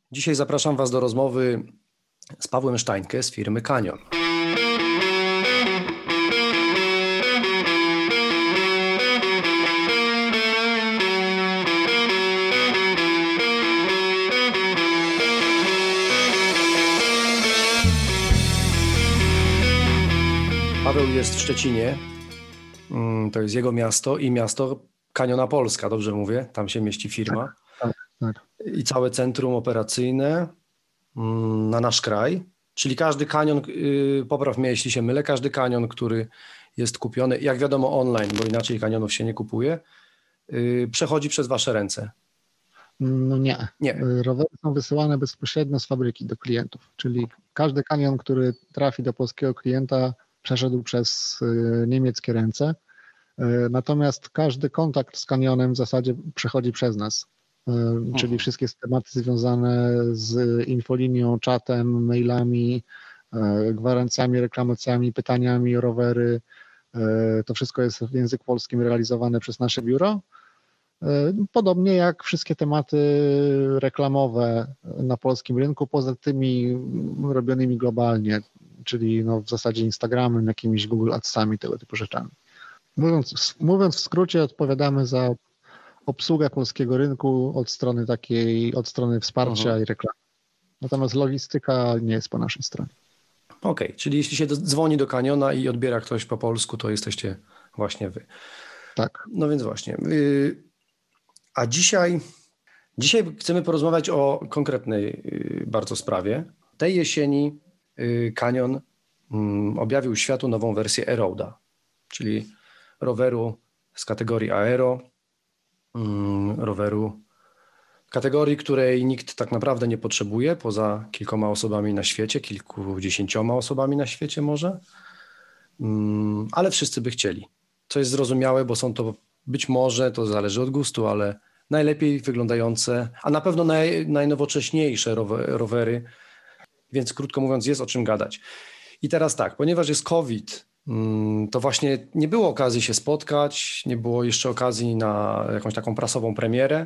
Dzisiaj zapraszam Was do rozmowy z Pawłem Sztańkę z firmy Canyon. Paweł jest w Szczecinie, to jest jego miasto i miasto Canyona Polska, dobrze mówię, tam się mieści firma. Tak. I całe centrum operacyjne na nasz kraj, czyli każdy kanion, popraw mnie jeśli się mylę, każdy kanion, który jest kupiony, jak wiadomo online, bo inaczej kanionów się nie kupuje, przechodzi przez Wasze ręce. No nie. Rowery są wysyłane bezpośrednio z fabryki do klientów, czyli każdy kanion, który trafi do polskiego klienta, przeszedł przez niemieckie ręce, natomiast każdy kontakt z kanionem w zasadzie przechodzi przez nas, czyli wszystkie tematy związane z infolinią, czatem, mailami, gwarancjami, reklamacjami, pytaniami o rowery, to wszystko jest w języku polskim realizowane przez nasze biuro. Podobnie jak wszystkie tematy reklamowe na polskim rynku, poza tymi robionymi globalnie, czyli w zasadzie Instagramem, jakimiś Google Adsami, tego typu rzeczami. Mówiąc w skrócie, odpowiadamy za obsługę polskiego rynku od strony wsparcia i reklamy. Natomiast logistyka nie jest po naszej stronie. Okej, czyli jeśli się dzwoni do Canyona i odbiera ktoś po polsku, to jesteście właśnie Wy. Tak. No więc właśnie. A dzisiaj chcemy porozmawiać o konkretnej bardzo sprawie. Tej jesieni Canyon objawił światu nową wersję Aeroada, czyli roweru z kategorii aero, roweru kategorii, której nikt tak naprawdę nie potrzebuje, poza kilkoma osobami na świecie, kilkudziesięcioma osobami na świecie może, ale wszyscy by chcieli. Co jest zrozumiałe, bo są to być może, to zależy od gustu, ale najlepiej wyglądające, a na pewno najnowocześniejsze rowery, więc krótko mówiąc jest o czym gadać. I teraz tak, ponieważ jest COVID, to właśnie nie było okazji się spotkać, nie było jeszcze okazji na jakąś taką prasową premierę,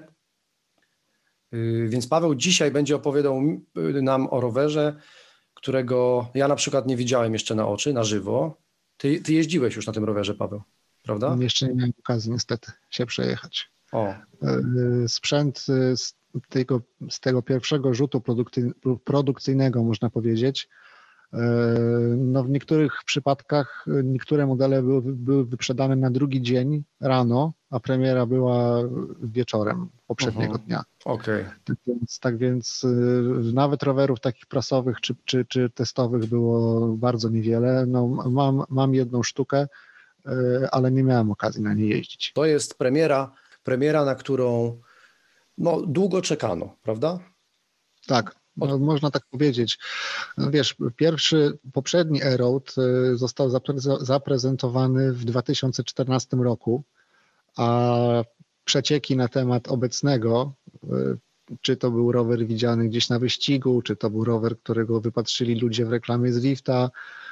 więc Paweł dzisiaj będzie opowiadał nam o rowerze, którego ja na przykład nie widziałem jeszcze na oczy, na żywo. Ty jeździłeś już na tym rowerze, Paweł, prawda? Jeszcze nie miałem okazji niestety się przejechać. Sprzęt z tego pierwszego rzutu produkcyjnego, można powiedzieć, w niektórych przypadkach niektóre modele były wyprzedane na drugi dzień rano, a premiera była wieczorem poprzedniego dnia. Okay. Tak więc nawet rowerów takich prasowych czy testowych było bardzo niewiele. Mam jedną sztukę, ale nie miałem okazji na niej jeździć. To jest premiera, na którą długo czekano, prawda? Tak. Można tak powiedzieć. Wiesz, poprzedni Aeroad został zaprezentowany w 2014 roku, a przecieki na temat obecnego, czy to był rower widziany gdzieś na wyścigu, czy to był rower, którego wypatrzyli ludzie w reklamie z lifta,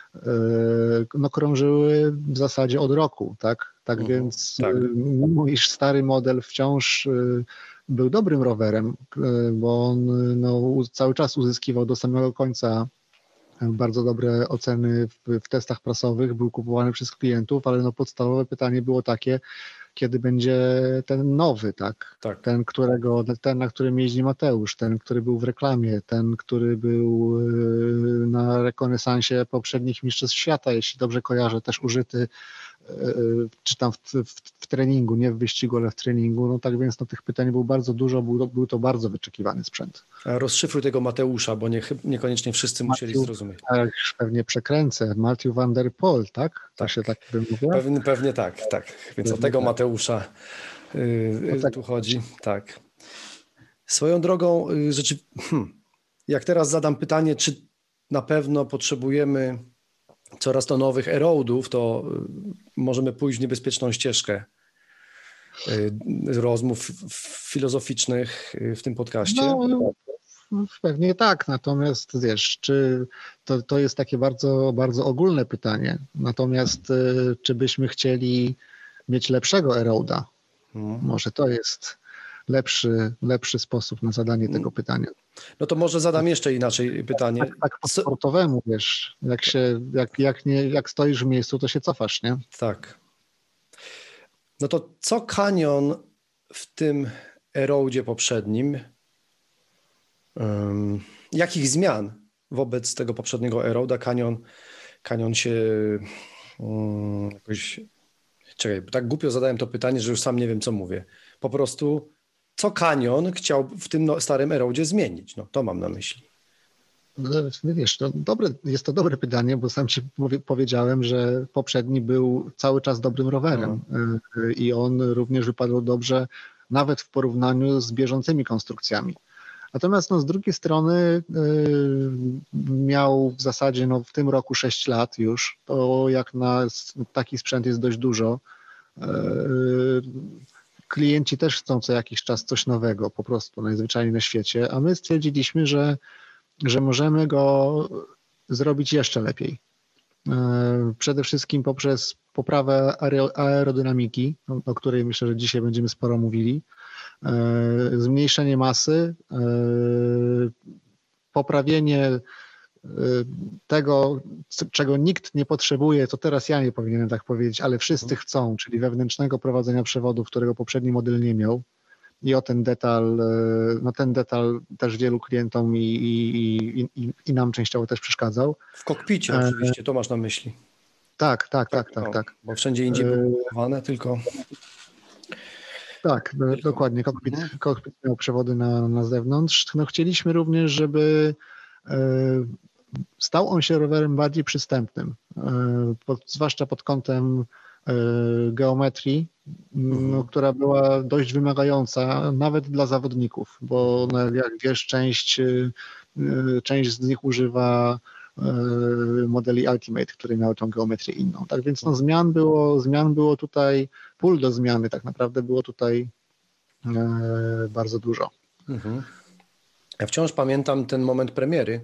krążyły w zasadzie od roku, tak? Tak więc mimo iż stary model wciąż był dobrym rowerem, bo on cały czas uzyskiwał do samego końca bardzo dobre oceny w testach prasowych, był kupowany przez klientów, ale podstawowe pytanie było takie, kiedy będzie ten nowy, tak? Ten, na którym jeździ Mateusz, ten, który był w reklamie, ten, który był na rekonesansie poprzednich mistrzostw świata, jeśli dobrze kojarzę, też użyty, czy tam w treningu, nie w wyścigu, ale w treningu. Tak więc tych pytań było bardzo dużo, był to bardzo wyczekiwany sprzęt. A rozszyfruj tego Mateusza, bo niekoniecznie wszyscy musieli zrozumieć. Już pewnie przekręcę. Matthew van der Poel, tak? To się tak wymawia? Pewnie tak. Więc o tego Mateusza tu chodzi. Tak. Swoją drogą, jak teraz zadam pytanie, czy na pewno potrzebujemy coraz to nowych Aeroadów, to możemy pójść w niebezpieczną ścieżkę rozmów filozoficznych w tym podcaście. Pewnie tak, natomiast wiesz, czy to jest takie bardzo, bardzo ogólne pytanie, natomiast czy byśmy chcieli mieć lepszego Aeroada? Może to jest lepszy sposób na zadanie tego pytania. No to może zadam jeszcze inaczej pytanie. Tak po sportowemu, wiesz, jak stoisz w miejscu, to się cofasz, nie? Tak. No to co Canyon w tym Aeroadzie poprzednim, jakich zmian wobec tego poprzedniego Aeroada Canyon się jakoś... Czekaj, tak głupio zadałem to pytanie, że już sam nie wiem, co mówię. Po prostu, co Canyon chciał w tym starym Aeroadzie zmienić? No, to mam na myśli. Wiesz, jest to dobre pytanie, bo sam ci powiedziałem, że poprzedni był cały czas dobrym rowerem i on również wypadał dobrze nawet w porównaniu z bieżącymi konstrukcjami. Natomiast z drugiej strony miał w zasadzie w tym roku 6 lat już, to jak na taki sprzęt jest dość dużo. Klienci też chcą co jakiś czas coś nowego, po prostu najzwyczajniej na świecie, a my stwierdziliśmy, że możemy go zrobić jeszcze lepiej. Przede wszystkim poprzez poprawę aerodynamiki, o której myślę, że dzisiaj będziemy sporo mówili, zmniejszenie masy, poprawienie tego, czego nikt nie potrzebuje, to teraz ja nie powinienem tak powiedzieć, ale wszyscy chcą, czyli wewnętrznego prowadzenia przewodu, którego poprzedni model nie miał. I o ten detal też wielu klientom i nam częściowo też przeszkadzał. W kokpicie oczywiście, to masz na myśli. Tak. Bo wszędzie indziej było budowane, tylko... Tak, dokładnie. Kokpit miał przewody na zewnątrz. Chcieliśmy również, żeby stał on się rowerem bardziej przystępnym, zwłaszcza pod kątem geometrii, która była dość wymagająca nawet dla zawodników, bo jak wiesz, część z nich używa modeli Ultimate, które miały tą geometrię inną. Tak więc zmian było tutaj, pól do zmiany tak naprawdę było tutaj bardzo dużo. Ja wciąż pamiętam ten moment premiery.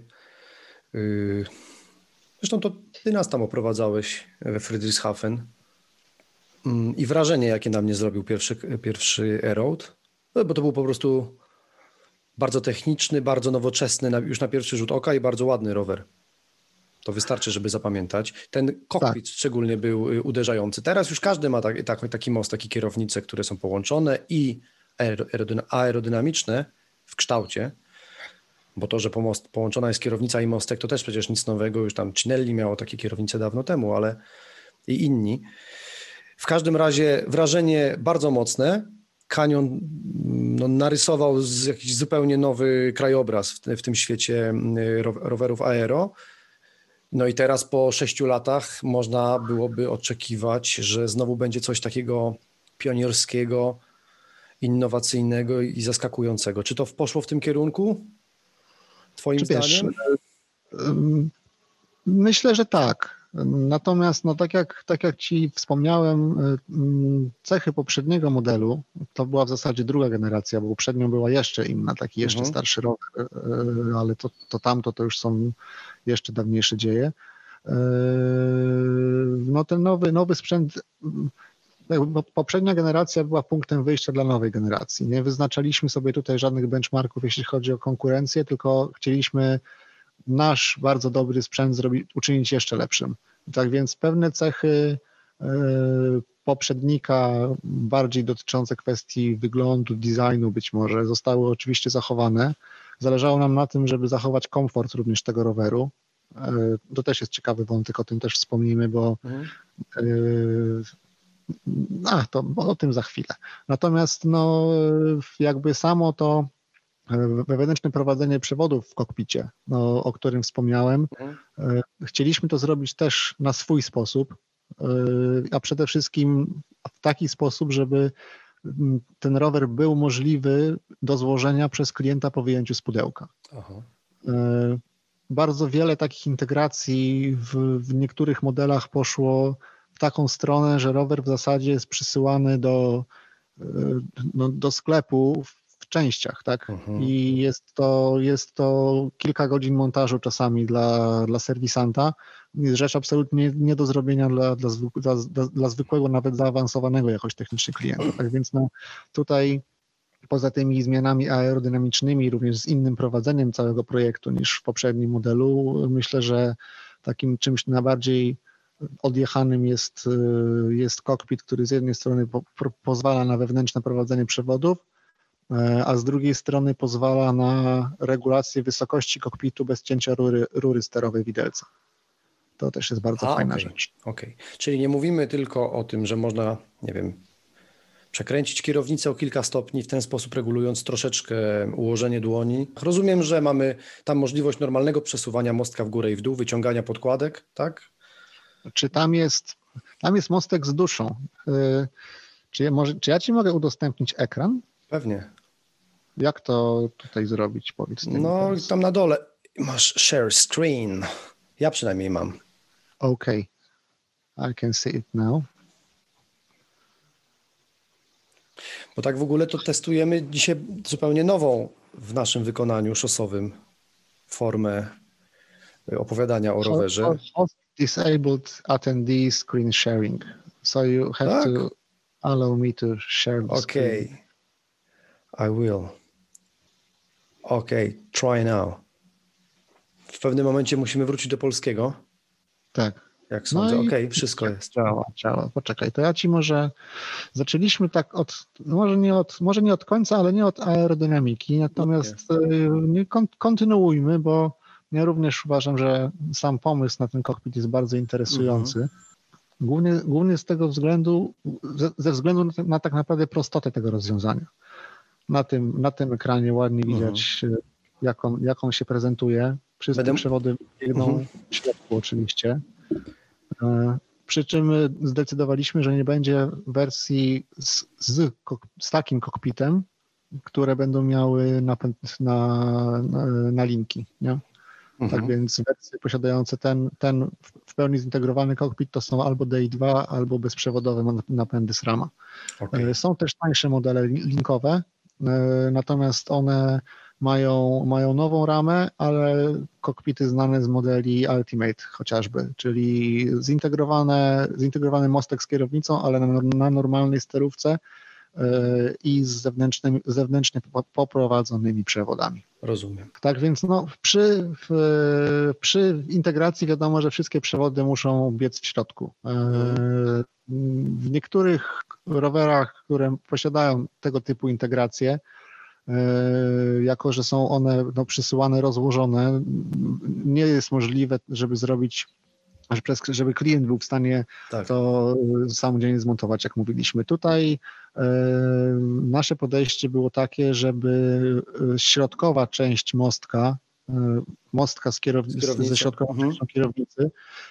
Zresztą to ty nas tam oprowadzałeś we Friedrichshafen i wrażenie, jakie na mnie zrobił pierwszy Aeroad, bo to był po prostu bardzo techniczny, bardzo nowoczesny już na pierwszy rzut oka i bardzo ładny rower. To wystarczy, żeby zapamiętać. Ten kokpit szczególnie był uderzający. Teraz już każdy ma taki most, takie kierownice, które są połączone i aerodynamiczne w kształcie, bo to, że połączona jest kierownica i mostek, to też przecież nic nowego. Już tam Cinelli miało takie kierownice dawno temu, ale i inni. W każdym razie wrażenie bardzo mocne. Canyon narysował jakiś zupełnie nowy krajobraz w tym świecie rowerów aero. No i teraz po 6 latach można byłoby oczekiwać, że znowu będzie coś takiego pionierskiego, innowacyjnego i zaskakującego. Czy to poszło w tym kierunku? Twoim zdaniem? Myślę, że tak. Natomiast tak jak ci wspomniałem, cechy poprzedniego modelu, to była w zasadzie druga generacja, bo poprzednią była jeszcze inna, taki jeszcze starszy rower, ale to już są jeszcze dawniejsze dzieje. Ten nowy sprzęt, poprzednia generacja była punktem wyjścia dla nowej generacji. Nie wyznaczaliśmy sobie tutaj żadnych benchmarków, jeśli chodzi o konkurencję, tylko chcieliśmy nasz bardzo dobry sprzęt uczynić jeszcze lepszym. Tak więc pewne cechy poprzednika, bardziej dotyczące kwestii wyglądu, designu być może, zostały oczywiście zachowane. Zależało nam na tym, żeby zachować komfort również tego roweru. To też jest ciekawy wątek, o tym też wspomnimy, bo to o tym za chwilę. Natomiast jakby samo to wewnętrzne prowadzenie przewodów w kokpicie, o którym wspomniałem, chcieliśmy to zrobić też na swój sposób, a przede wszystkim w taki sposób, żeby ten rower był możliwy do złożenia przez klienta po wyjęciu z pudełka. Bardzo wiele takich integracji w niektórych modelach poszło w taką stronę, że rower w zasadzie jest przysyłany do sklepu w częściach, tak? I jest to kilka godzin montażu czasami dla serwisanta. Jest rzecz absolutnie nie do zrobienia dla zwykłego, nawet zaawansowanego jakoś technicznie klienta. Tak więc tutaj poza tymi zmianami aerodynamicznymi, również z innym prowadzeniem całego projektu niż w poprzednim modelu, myślę, że takim czymś najbardziej odjechanym jest kokpit, który z jednej strony pozwala na wewnętrzne prowadzenie przewodów, a z drugiej strony pozwala na regulację wysokości kokpitu bez cięcia rury sterowej widelca. To też jest bardzo fajna rzecz. Okej. Czyli nie mówimy tylko o tym, że można, nie wiem, przekręcić kierownicę o kilka stopni, w ten sposób regulując troszeczkę ułożenie dłoni. Rozumiem, że mamy tam możliwość normalnego przesuwania mostka w górę i w dół, wyciągania podkładek, tak? Czy tam jest mostek z duszą? Czy ja ci mogę udostępnić ekran? Pewnie. Jak to tutaj zrobić? Powiedz. No tam na dole masz share screen. Ja przynajmniej mam. Okay. I can see it now. Bo tak w ogóle to testujemy dzisiaj zupełnie nową w naszym wykonaniu szosowym formę opowiadania o rowerze. Disabled attendee screen sharing. So you have to allow me to share the screen. I will. Try now. W pewnym momencie musimy wrócić do polskiego. Tak. Jak sądzę. Wszystko jest. Działa. Poczekaj, to ja ci może zaczęliśmy tak może nie od końca, ale nie od aerodynamiki, natomiast kontynuujmy, bo ja również uważam, że sam pomysł na ten kokpit jest bardzo interesujący. Głównie z tego względu, ze względu na tak naprawdę prostotę tego rozwiązania. Na tym ekranie ładnie widać, jak on się prezentuje. Wszystkie przewody biegną w środku oczywiście. Przy czym zdecydowaliśmy, że nie będzie wersji z takim kokpitem, które będą miały napęd na linki. Nie? Tak więc wersje posiadające ten w pełni zintegrowany kokpit to są albo DI2, albo bezprzewodowe napędy SRAM-a. Są też tańsze modele linkowe, natomiast one mają nową ramę, ale kokpity znane z modeli Ultimate chociażby, czyli zintegrowany mostek z kierownicą, ale na normalnej sterówce i z zewnętrznie poprowadzonymi przewodami. Rozumiem. Tak więc przy integracji wiadomo, że wszystkie przewody muszą biec w środku. W niektórych rowerach, które posiadają tego typu integrację, jako że są one przysyłane rozłożone, nie jest możliwe, żeby klient był w stanie to samodzielnie zmontować, jak mówiliśmy. Tutaj nasze podejście było takie, żeby środkowa część mostka ze środkową częścią kierownicy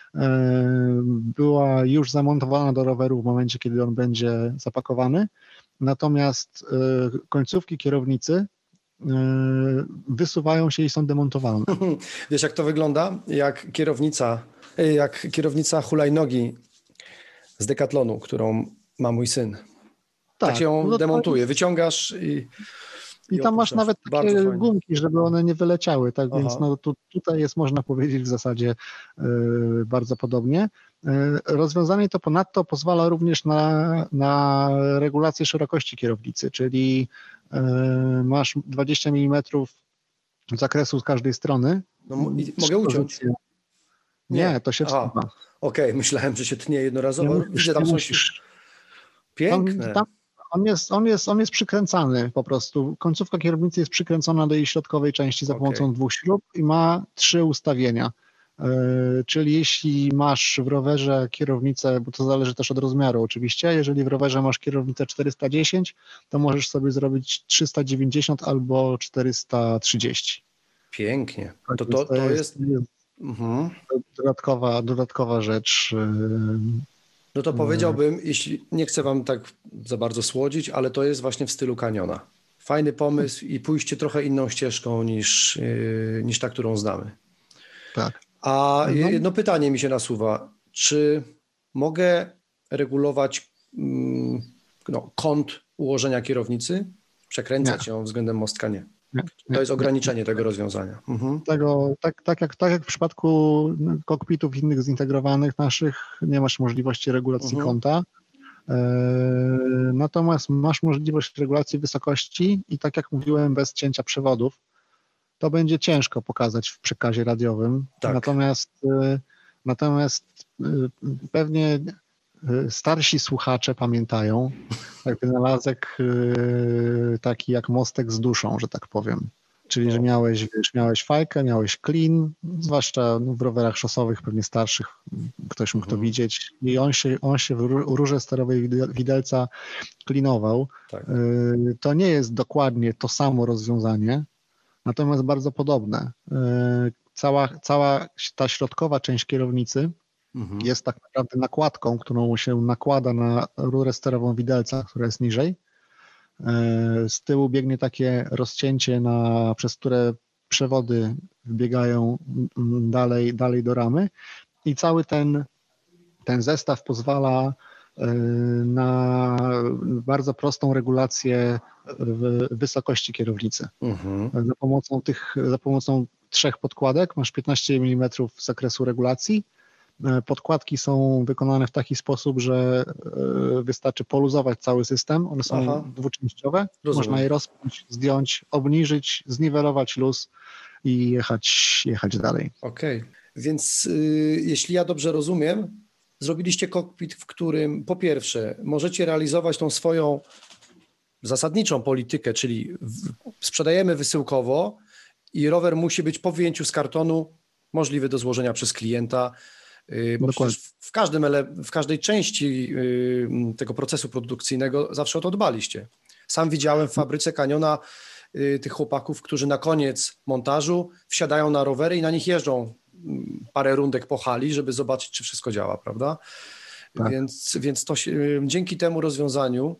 była już zamontowana do roweru w momencie, kiedy on będzie zapakowany. Natomiast końcówki kierownicy wysuwają się i są demontowalne. Wiesz, jak to wygląda? Jak kierownica hulajnogi z Decathlonu, którą ma mój syn. Tak się ją demontuje. Wyciągasz i tam masz nawet takie gumki, żeby one nie wyleciały. Tak więc tutaj jest, można powiedzieć, w zasadzie bardzo podobnie. Rozwiązanie to ponadto pozwala również na regulację szerokości kierownicy, czyli masz 20 mm zakresu z każdej strony. Mogę uciąć? Nie, to się wsuwa. Myślałem, że się tnie jednorazowo. Widzę, tam są piękne. On jest przykręcany po prostu. Końcówka kierownicy jest przykręcona do jej środkowej części za pomocą 2 śrub i ma 3 ustawienia. Czyli jeśli masz w rowerze kierownicę, bo to zależy też od rozmiaru oczywiście, jeżeli w rowerze masz kierownicę 410, to możesz sobie zrobić 390 albo 430. Pięknie. To jest dodatkowa rzecz. No to powiedziałbym, jeśli nie chcę wam tak za bardzo słodzić, ale to jest właśnie w stylu Caniona. Fajny pomysł i pójście trochę inną ścieżką niż ta, którą znamy. Tak. A jedno pytanie mi się nasuwa. Czy mogę regulować kąt ułożenia kierownicy? Przekręcać ją względem mostka? Nie. To jest ograniczenie tego rozwiązania. Tak jak w przypadku kokpitów innych zintegrowanych naszych, nie masz możliwości regulacji kąta. Natomiast masz możliwość regulacji wysokości i tak jak mówiłem, bez cięcia przewodów. To będzie ciężko pokazać w przekazie radiowym. Tak. Natomiast pewnie starsi słuchacze pamiętają wynalazek taki jak mostek z duszą, że tak powiem. Czyli, że miałeś fajkę, miałeś klin, zwłaszcza w rowerach szosowych, pewnie starszych, ktoś mógł to widzieć i on się w rurze sterowej widelca klinował. Tak. To nie jest dokładnie to samo rozwiązanie, natomiast bardzo podobne. Cała ta środkowa część kierownicy jest tak naprawdę nakładką, którą się nakłada na rurę sterową widelca, która jest niżej. Z tyłu biegnie takie rozcięcie, przez które przewody wbiegają dalej do ramy i cały ten zestaw pozwala na bardzo prostą regulację wysokości kierownicy. Za pomocą 3 podkładek masz 15 mm zakresu regulacji. Podkładki są wykonane w taki sposób, że wystarczy poluzować cały system. One są dwuczęściowe. Rozumiem. Można je rozpiąć, zdjąć, obniżyć, zniwelować luz i jechać dalej. Okej. Więc jeśli ja dobrze rozumiem, zrobiliście kokpit, w którym po pierwsze możecie realizować tą swoją zasadniczą politykę, czyli sprzedajemy wysyłkowo i rower musi być po wyjęciu z kartonu możliwy do złożenia przez klienta, bo w każdej części tego procesu produkcyjnego zawsze o to dbaliście. Sam widziałem w fabryce Caniona tych chłopaków, którzy na koniec montażu wsiadają na rowery i na nich jeżdżą parę rundek po hali, żeby zobaczyć, czy wszystko działa, prawda? Tak. Więc to dzięki temu rozwiązaniu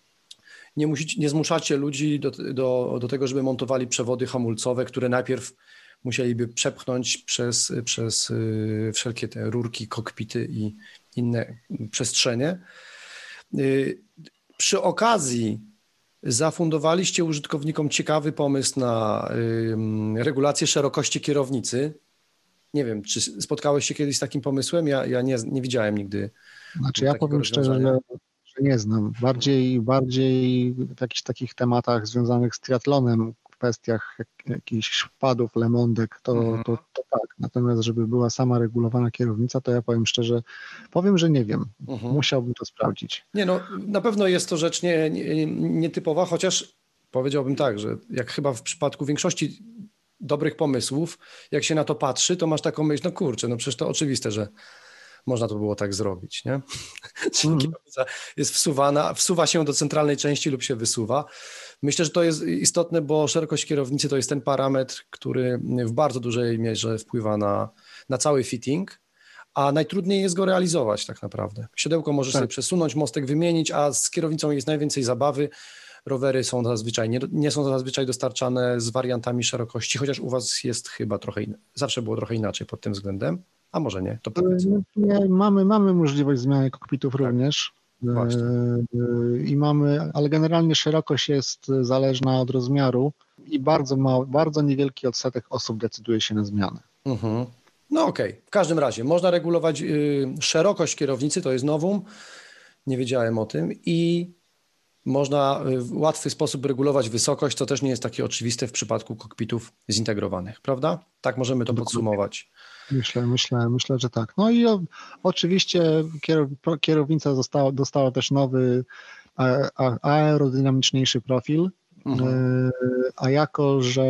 nie zmuszacie ludzi do tego, żeby montowali przewody hamulcowe, które najpierw musieliby przepchnąć przez wszelkie te rurki, kokpity i inne przestrzenie. Przy okazji zafundowaliście użytkownikom ciekawy pomysł na regulację szerokości kierownicy. Nie wiem, czy spotkałeś się kiedyś z takim pomysłem? Ja nie widziałem nigdy. Znaczy ja powiem szczerze, że nie znam. Bardziej w jakichś takich tematach związanych z triatlonem, w kwestiach jakichś padów, lemondek, to tak. Natomiast żeby była sama regulowana kierownica, to ja powiem, że nie wiem. Musiałbym to sprawdzić. Nie, no na pewno jest to rzecz nietypowa, chociaż powiedziałbym tak, że jak chyba w przypadku większości dobrych pomysłów, jak się na to patrzy, to masz taką myśl, no kurczę, no przecież to oczywiste, że można to było tak zrobić, nie? Czyli kierownica jest wsuwa się do centralnej części lub się wysuwa. Myślę, że to jest istotne, bo szerokość kierownicy to jest ten parametr, który w bardzo dużej mierze wpływa na cały fitting, a najtrudniej jest go realizować tak naprawdę. Siodełko możesz sobie przesunąć, mostek wymienić, a z kierownicą jest najwięcej zabawy. Rowery nie są zazwyczaj dostarczane z wariantami szerokości, chociaż u was jest chyba zawsze było trochę inaczej pod tym względem, a może nie, to powiedz. Nie, mamy możliwość zmiany kokpitów również. I ale generalnie szerokość jest zależna od rozmiaru i bardzo niewielki odsetek osób decyduje się na zmianę. No okej. W każdym razie można regulować szerokość kierownicy, to jest nowum, nie wiedziałem o tym, i można w łatwy sposób regulować wysokość, co też nie jest takie oczywiste w przypadku kokpitów zintegrowanych, prawda? Tak możemy to podsumować. Myślę, że tak. No i oczywiście kierownica dostała też nowy aerodynamiczniejszy profil, a jako, że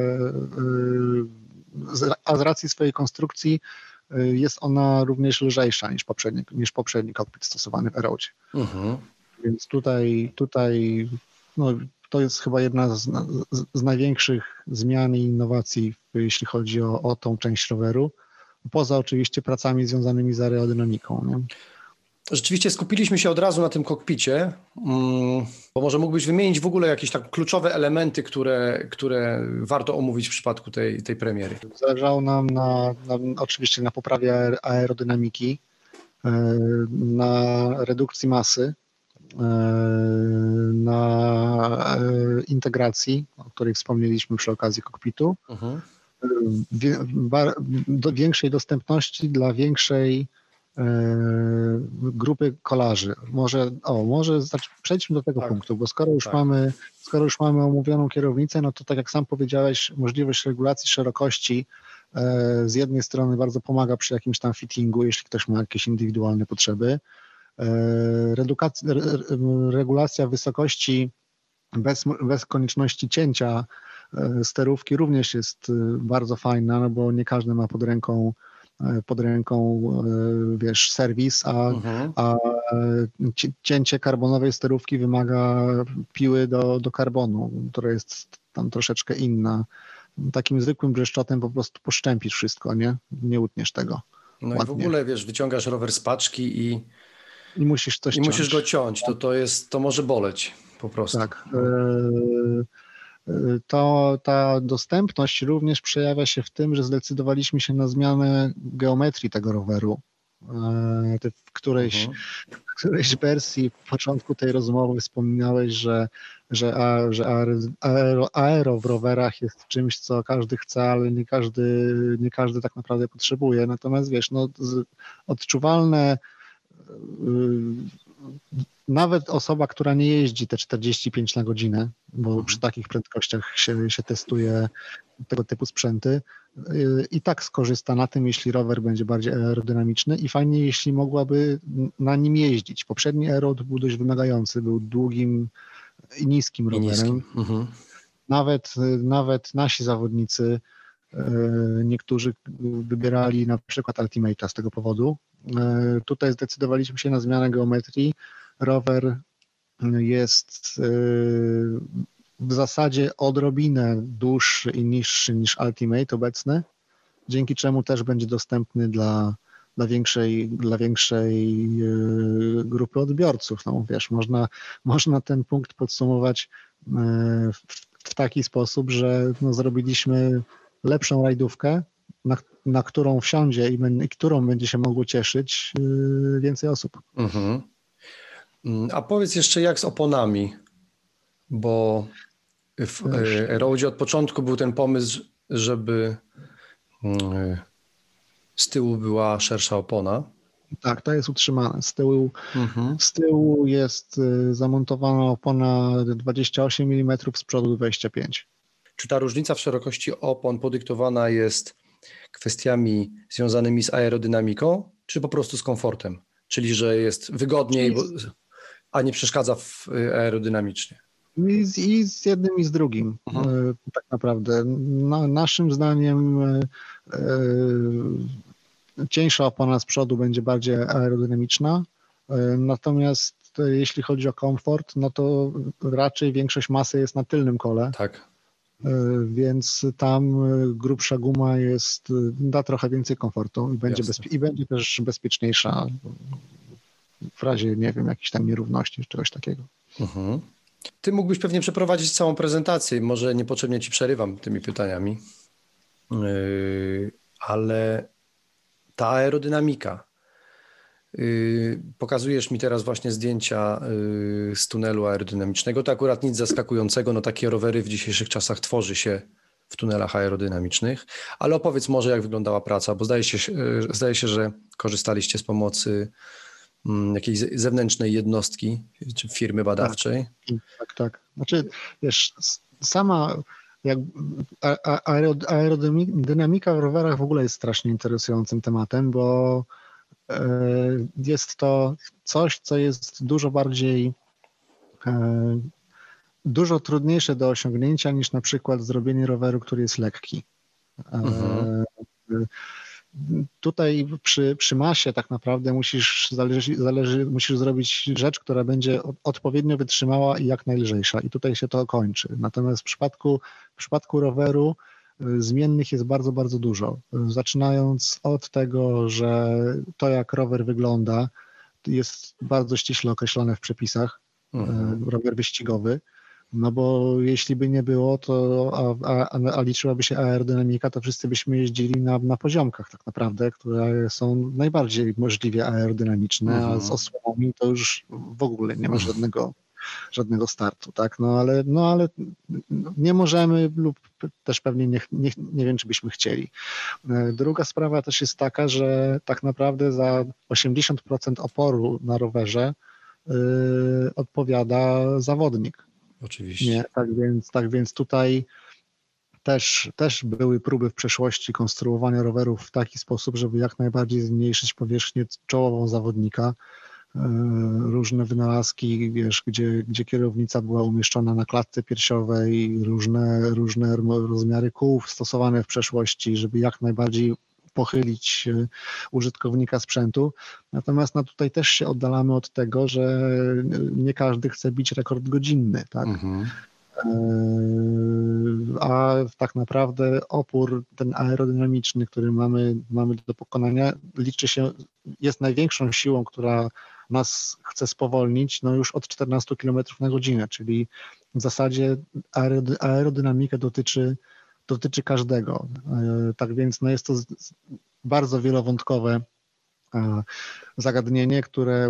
z racji swojej konstrukcji jest ona również lżejsza niż poprzedni kokpit stosowany w Aerodzie. Więc tutaj to jest chyba jedna z największych zmian i innowacji, jeśli chodzi o tą część roweru, poza oczywiście pracami związanymi z aerodynamiką. Nie? Rzeczywiście skupiliśmy się od razu na tym kokpicie, bo może mógłbyś wymienić w ogóle jakieś tak kluczowe elementy, które warto omówić w przypadku tej premiery. Zależało nam oczywiście na poprawie aerodynamiki, na redukcji masy, na integracji, o której wspomnieliśmy przy okazji kokpitu, do większej dostępności dla większej grupy kolarzy. Może przejdźmy do tego punktu, bo skoro już mamy omówioną kierownicę, no to tak jak sam powiedziałeś, możliwość regulacji szerokości z jednej strony bardzo pomaga przy jakimś tam fittingu, jeśli ktoś ma jakieś indywidualne potrzeby. Regulacja wysokości bez konieczności cięcia sterówki również jest bardzo fajna, no bo nie każdy ma pod ręką wiesz, serwis, a cięcie karbonowej sterówki wymaga piły do karbonu, która jest tam troszeczkę inna. Takim zwykłym bryszczotem po prostu poszczępisz wszystko, nie utniesz tego. No ładnie. I w ogóle, wiesz, wyciągasz rower z paczki i musisz coś ciąć. Musisz go ciąć, to może boleć po prostu. Tak. Ta dostępność również przejawia się w tym, że zdecydowaliśmy się na zmianę geometrii tego roweru. W którejś wersji w początku tej rozmowy wspominałeś, że aero w rowerach jest czymś, co każdy chce, ale nie każdy tak naprawdę potrzebuje. Natomiast wiesz, odczuwalne nawet osoba, która nie jeździ te 45 na godzinę, bo przy takich prędkościach się testuje tego typu sprzęty, i tak skorzysta na tym, jeśli rower będzie bardziej aerodynamiczny i fajnie, jeśli mogłaby na nim jeździć. Poprzedni aero był dość wymagający, był długim i niskim rowerem. Nawet nasi zawodnicy, niektórzy wybierali na przykład Ultimate'a z tego powodu. Tutaj zdecydowaliśmy się na zmianę geometrii. Rower jest w zasadzie odrobinę dłuższy i niższy niż Ultimate obecny, dzięki czemu też będzie dostępny dla większej grupy odbiorców. No, wiesz, można ten punkt podsumować w taki sposób, że zrobiliśmy lepszą rajdówkę, na którą wsiądzie i którą będzie się mogło cieszyć więcej osób. Mhm. A powiedz jeszcze, jak z oponami, bo w Roadzie od początku był ten pomysł, żeby z tyłu była szersza opona. Tak, to jest utrzymane. Z tyłu jest zamontowana opona 28 mm, z przodu 25. Czy ta różnica w szerokości opon podyktowana jest kwestiami związanymi z aerodynamiką, czy po prostu z komfortem? Czyli, że jest wygodniej, a nie przeszkadza aerodynamicznie? I z jednym, i z drugim, tak naprawdę. Naszym zdaniem cieńsza opona z przodu będzie bardziej aerodynamiczna, natomiast jeśli chodzi o komfort, no to raczej większość masy jest na tylnym kole. Tak. Więc tam grubsza guma da trochę więcej komfortu i będzie też bezpieczniejsza w razie, nie wiem, jakichś tam nierówności czy czegoś takiego. Ty mógłbyś pewnie przeprowadzić całą prezentację, może niepotrzebnie ci przerywam tymi pytaniami, ale ta aerodynamika, pokazujesz mi teraz właśnie zdjęcia z tunelu aerodynamicznego, to akurat nic zaskakującego, no takie rowery w dzisiejszych czasach tworzy się w tunelach aerodynamicznych, ale opowiedz może, jak wyglądała praca, bo zdaje się, że korzystaliście z pomocy jakiejś zewnętrznej jednostki czy firmy badawczej. Tak. Znaczy, wiesz, sama aerodynamika w rowerach w ogóle jest strasznie interesującym tematem, bo jest to coś, co jest dużo trudniejsze do osiągnięcia niż na przykład zrobienie roweru, który jest lekki. Tutaj przy masie tak naprawdę musisz zrobić rzecz, która będzie odpowiednio wytrzymała i jak najlżejsza, i tutaj się to kończy. Natomiast w przypadku roweru zmiennych jest bardzo, bardzo dużo. Zaczynając od tego, że to, jak rower wygląda, jest bardzo ściśle określone w przepisach, rower wyścigowy, no bo jeśli by nie było, a liczyłaby się aerodynamika, to wszyscy byśmy jeździli na poziomkach tak naprawdę, które są najbardziej możliwie aerodynamiczne, a z osłonami to już w ogóle nie ma żadnego startu, tak? No ale nie możemy lub też pewnie nie wiem, czy byśmy chcieli. Druga sprawa też jest taka, że tak naprawdę za 80% oporu na rowerze odpowiada zawodnik. Oczywiście. Nie, tak więc tutaj też były próby w przeszłości konstruowania rowerów w taki sposób, żeby jak najbardziej zmniejszyć powierzchnię czołową zawodnika. Różne wynalazki, wiesz, gdzie kierownica była umieszczona na klatce piersiowej, różne rozmiary kół stosowane w przeszłości, żeby jak najbardziej pochylić użytkownika sprzętu. Natomiast no, tutaj też się oddalamy od tego, że nie każdy chce bić rekord godzinny, tak? A tak naprawdę opór ten aerodynamiczny, który mamy do pokonania, jest największą siłą, która nas chce spowolnić, no już od 14 km na godzinę, czyli w zasadzie aerodynamika dotyczy każdego. Tak więc no jest to bardzo wielowątkowe zagadnienie,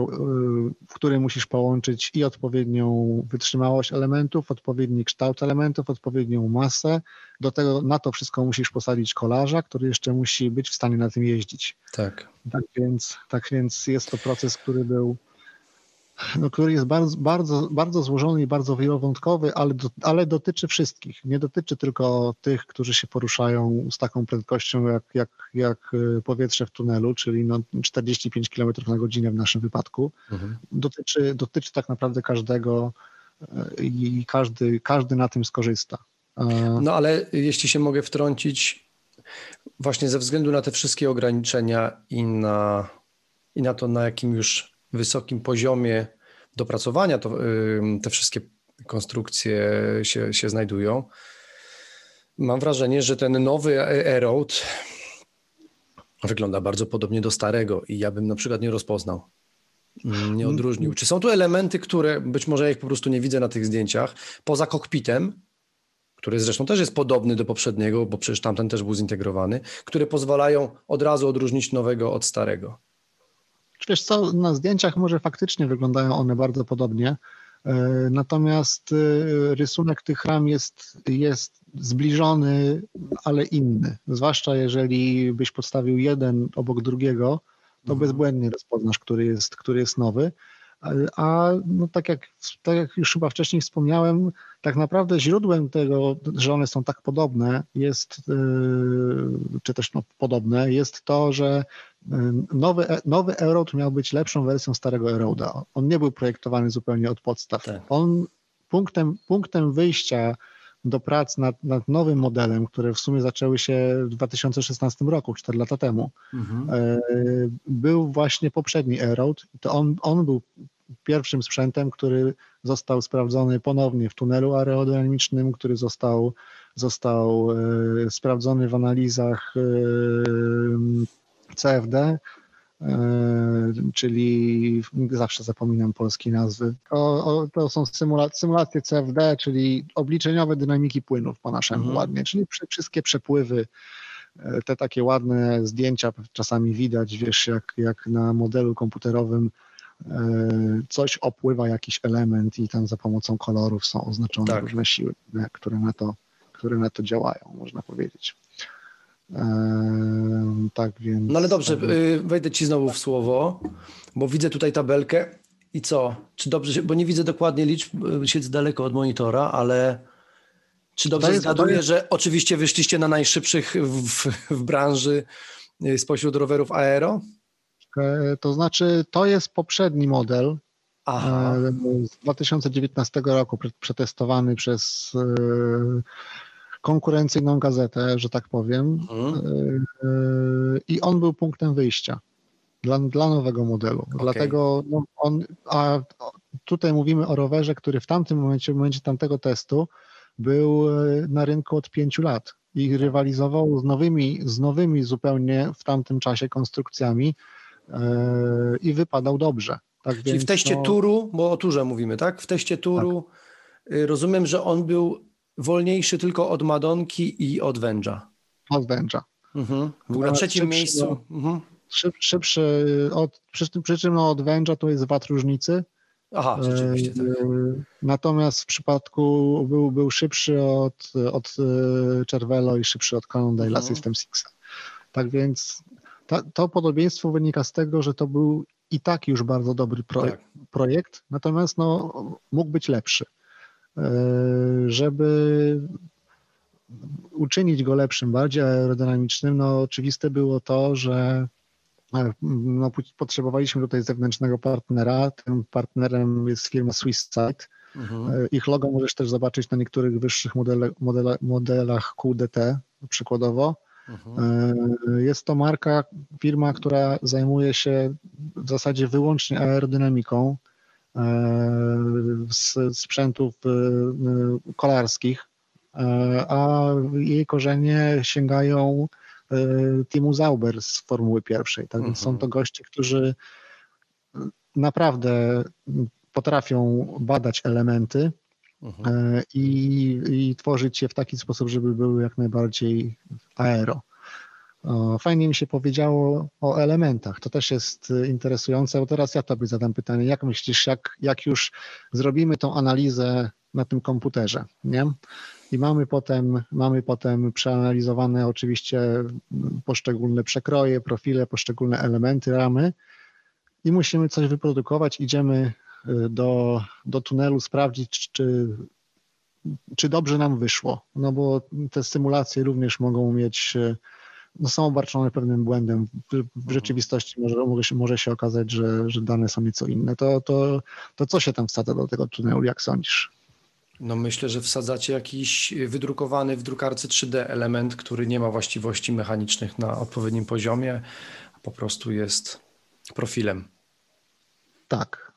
w którym musisz połączyć i odpowiednią wytrzymałość elementów, odpowiedni kształt elementów, odpowiednią masę. Do tego na to wszystko musisz posadzić kolarza, który jeszcze musi być w stanie na tym jeździć. Tak. Tak więc jest to proces, który jest bardzo złożony i bardzo wielowątkowy, ale dotyczy wszystkich. Nie dotyczy tylko tych, którzy się poruszają z taką prędkością jak powietrze w tunelu, czyli no 45 km na godzinę w naszym wypadku. Dotyczy tak naprawdę każdego i każdy na tym skorzysta. No ale jeśli się mogę wtrącić, właśnie ze względu na te wszystkie ograniczenia i na to, na jakim już wysokim poziomie dopracowania te wszystkie konstrukcje się znajdują, mam wrażenie, że ten nowy e-road wygląda bardzo podobnie do starego i ja bym na przykład nie rozpoznał, nie odróżnił. Czy są tu elementy, które być może ja ich po prostu nie widzę na tych zdjęciach, poza kokpitem, który zresztą też jest podobny do poprzedniego, bo przecież tamten też był zintegrowany, które pozwalają od razu odróżnić nowego od starego? Wiesz co, na zdjęciach może faktycznie wyglądają one bardzo podobnie, natomiast rysunek tych ram jest zbliżony, ale inny. Zwłaszcza jeżeli byś podstawił jeden obok drugiego, to bezbłędnie rozpoznasz, który jest nowy. A no tak jak już chyba wcześniej wspomniałem, tak naprawdę źródłem tego, że one są tak podobne czy też podobne, jest to, że nowy e-road miał być lepszą wersją starego e-roada. On nie był projektowany zupełnie od podstaw. Tak. On punktem wyjścia do prac nad nowym modelem, które w sumie zaczęły się w 2016 roku, 4 lata temu, był właśnie poprzedni e-road. To on był pierwszym sprzętem, który został sprawdzony ponownie w tunelu aerodynamicznym, który został sprawdzony w analizach CFD, czyli zawsze zapominam polskiej nazwy. To są symulacje CFD, czyli obliczeniowe dynamiki płynów po naszemu ładnie, czyli wszystkie przepływy, te takie ładne zdjęcia czasami widać, wiesz, jak na modelu komputerowym coś opływa, jakiś element i tam za pomocą kolorów są oznaczone różne siły, które na to działają, można powiedzieć. Tak więc... No ale dobrze, wejdę ci znowu w słowo, bo widzę tutaj tabelkę i co? Czy dobrze, bo nie widzę dokładnie liczb, siedzę daleko od monitora, ale czy dobrze zgaduję, że oczywiście wyszliście na najszybszych w branży spośród rowerów aero? To znaczy, to jest poprzedni model. Aha. Z 2019 roku przetestowany przez konkurencyjną gazetę, że tak powiem. I on był punktem wyjścia dla nowego modelu. Okay. Dlatego tutaj mówimy o rowerze, który w tamtym momencie, w momencie tamtego testu był na rynku od 5 lat i rywalizował z nowymi zupełnie w tamtym czasie konstrukcjami i wypadał dobrze. Tak Czyli więc, w teście Turu, bo o Turze mówimy, tak? W teście Turu rozumiem, że on był wolniejszy tylko od Madonki i od Węża. Od Węża. Był na trzecim miejscu. Szybszy, przy czym od Węża to jest wad różnicy, Aha, rzeczywiście, tak. Natomiast w przypadku był szybszy od Cervelo i szybszy od Cannondale'a System 6. Tak więc to podobieństwo wynika z tego, że to był i tak już bardzo dobry projekt, natomiast mógł być lepszy. Żeby uczynić go lepszym, bardziej aerodynamicznym, oczywiste było to, że potrzebowaliśmy tutaj zewnętrznego partnera. Tym partnerem jest firma Swisside. Ich logo możesz też zobaczyć na niektórych wyższych modelach QDT przykładowo. Jest to firma, która zajmuje się w zasadzie wyłącznie aerodynamiką sprzętów kolarskich, a jej korzenie sięgają teamu Sauber z Formuły 1. Tak więc są to goście, którzy naprawdę potrafią badać elementy i tworzyć je w taki sposób, żeby były jak najbardziej aero. Fajnie mi się powiedziało o elementach. To też jest interesujące, bo teraz ja tobie zadam pytanie. Jak myślisz, jak już zrobimy tą analizę na tym komputerze, nie? I mamy potem przeanalizowane oczywiście poszczególne przekroje, profile, poszczególne elementy ramy i musimy coś wyprodukować. Idziemy do tunelu sprawdzić, czy dobrze nam wyszło. Bo te symulacje również mogą mieć, są obarczone pewnym błędem. W rzeczywistości może się okazać, że dane są nieco inne. To co się tam wsadza do tego tunelu, jak sądzisz? Myślę, że wsadzacie jakiś wydrukowany w drukarce 3D element, który nie ma właściwości mechanicznych na odpowiednim poziomie, a po prostu jest profilem. Tak.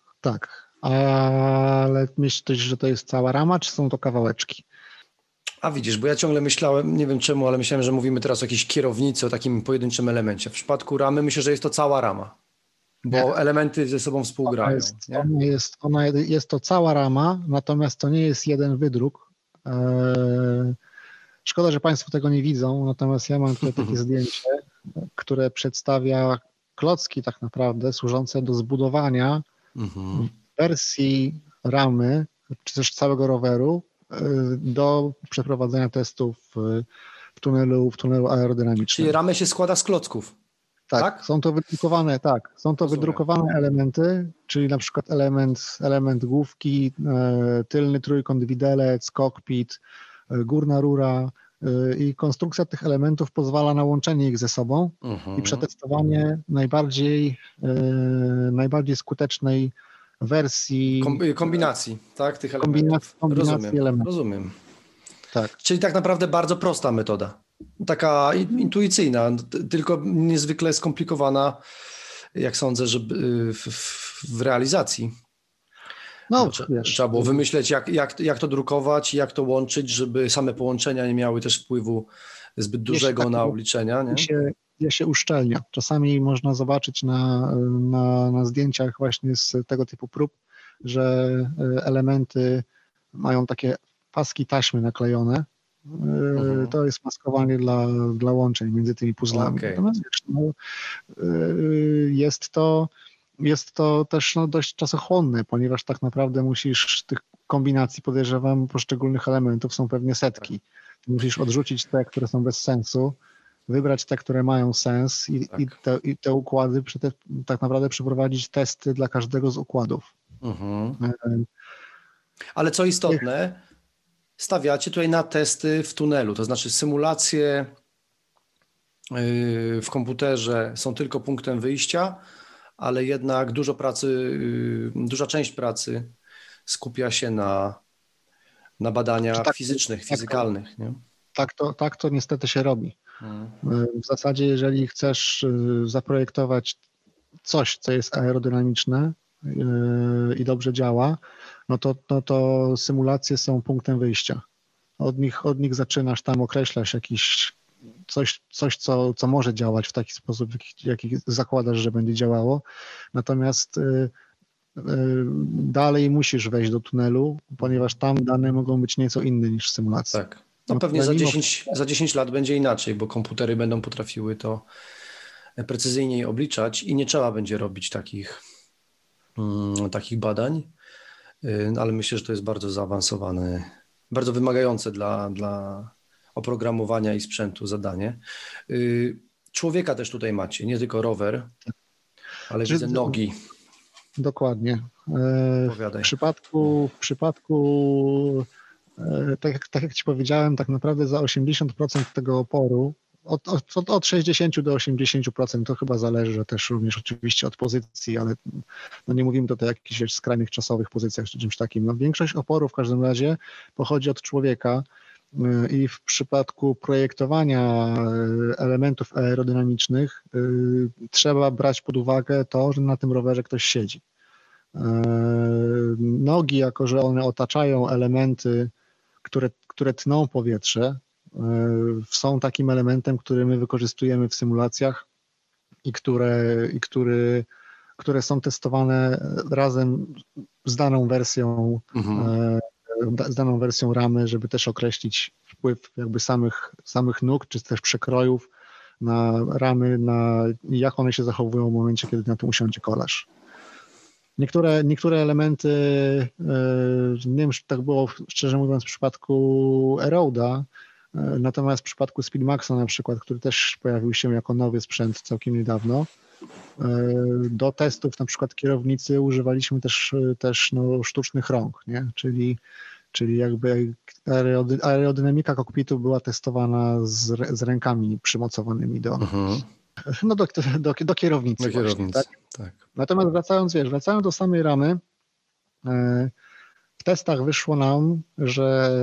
Ale myślisz, że to jest cała rama, czy są to kawałeczki? A widzisz, bo ja ciągle myślałem, nie wiem czemu, ale myślałem, że mówimy teraz o jakiejś kierownicy, o takim pojedynczym elemencie. W przypadku ramy myślę, że jest to cała rama, bo elementy ze sobą współgrają. Jest to cała rama, natomiast to nie jest jeden wydruk. Szkoda, że Państwo tego nie widzą, natomiast ja mam tutaj takie zdjęcie, które przedstawia klocki tak naprawdę służące do zbudowania wersji ramy, czy też całego roweru do przeprowadzenia testów w tunelu aerodynamicznym. Czyli ramę się składa z klocków. Tak? Są to wydrukowane elementy, czyli na przykład element główki, tylny trójkąt widelec, kokpit, górna rura i konstrukcja tych elementów pozwala na łączenie ich ze sobą i przetestowanie najbardziej skutecznej wersji kombinacji, tak, tych elementów. Rozumiem. Tak. Czyli tak naprawdę bardzo prosta metoda. Taka intuicyjna, tylko niezwykle skomplikowana, jak sądzę, że w realizacji. Trzeba było wymyśleć, jak to drukować, jak to łączyć, żeby same połączenia nie miały też wpływu zbyt dużego na obliczenia. Nie? Się uszczelnia. Czasami można zobaczyć na zdjęciach właśnie z tego typu prób, że elementy mają takie paski taśmy naklejone. To jest maskowanie dla łączeń między tymi puzzlami. Natomiast jest to też dość czasochłonne, ponieważ tak naprawdę musisz tych kombinacji, podejrzewam, poszczególnych elementów są pewnie setki. Musisz odrzucić te, które są bez sensu, wybrać te, które mają sens i te układy, tak naprawdę przeprowadzić testy dla każdego z układów. Ale co istotne, stawiacie tutaj na testy w tunelu, to znaczy symulacje w komputerze są tylko punktem wyjścia, ale jednak duża część pracy skupia się na badaniach fizycznych, fizykalnych. Nie? Tak to niestety się robi. W zasadzie, jeżeli chcesz zaprojektować coś, co jest aerodynamiczne i dobrze działa, to symulacje są punktem wyjścia. Od nich zaczynasz, tam określasz coś, co może działać w taki sposób, jaki zakładasz, że będzie działało. Natomiast dalej musisz wejść do tunelu, ponieważ tam dane mogą być nieco inne niż w symulacji. Tak. Pewnie za 10 lat będzie inaczej, bo komputery będą potrafiły to precyzyjniej obliczać i nie trzeba będzie robić takich badań. ale myślę, że to jest bardzo zaawansowane, bardzo wymagające dla oprogramowania i sprzętu zadanie. Człowieka też tutaj macie, nie tylko rower, ale widzę nogi. Dokładnie. Opowiadaj. W przypadku tak jak Ci powiedziałem, tak naprawdę za 80% tego oporu, od 60 do 80%, to chyba zależy też również oczywiście od pozycji, ale no nie mówimy tutaj o jakichś skrajnych czasowych pozycjach czy czymś takim. No większość oporu w każdym razie pochodzi od człowieka i w przypadku projektowania elementów aerodynamicznych trzeba brać pod uwagę to, że na tym rowerze ktoś siedzi. Nogi, jako że one otaczają elementy, które tną powietrze, są takim elementem, który my wykorzystujemy w symulacjach i które są testowane razem z daną wersją ramy, żeby też określić wpływ jakby samych nóg, czy też przekrojów na ramy, jak one się zachowują w momencie, kiedy na tym usiądzie kolarz. Niektóre elementy, nie wiem, czy tak było szczerze mówiąc w przypadku Aeroada, natomiast w przypadku Speedmaxa na przykład, który też pojawił się jako nowy sprzęt całkiem niedawno, do testów na przykład kierownicy używaliśmy też sztucznych rąk, nie? Czyli jakby aerodynamika kokpitu była testowana z rękami przymocowanymi do kierownicy. Do kierownicy, właśnie, tak. Natomiast wracając do samej ramy, w testach wyszło nam, że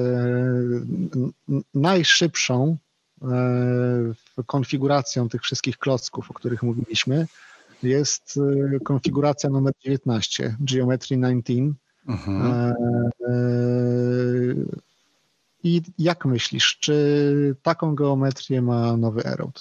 najszybszą konfiguracją tych wszystkich klocków, o których mówiliśmy, jest konfiguracja numer 19, Geometry 19. I jak myślisz, czy taką geometrię ma nowy Aeroad?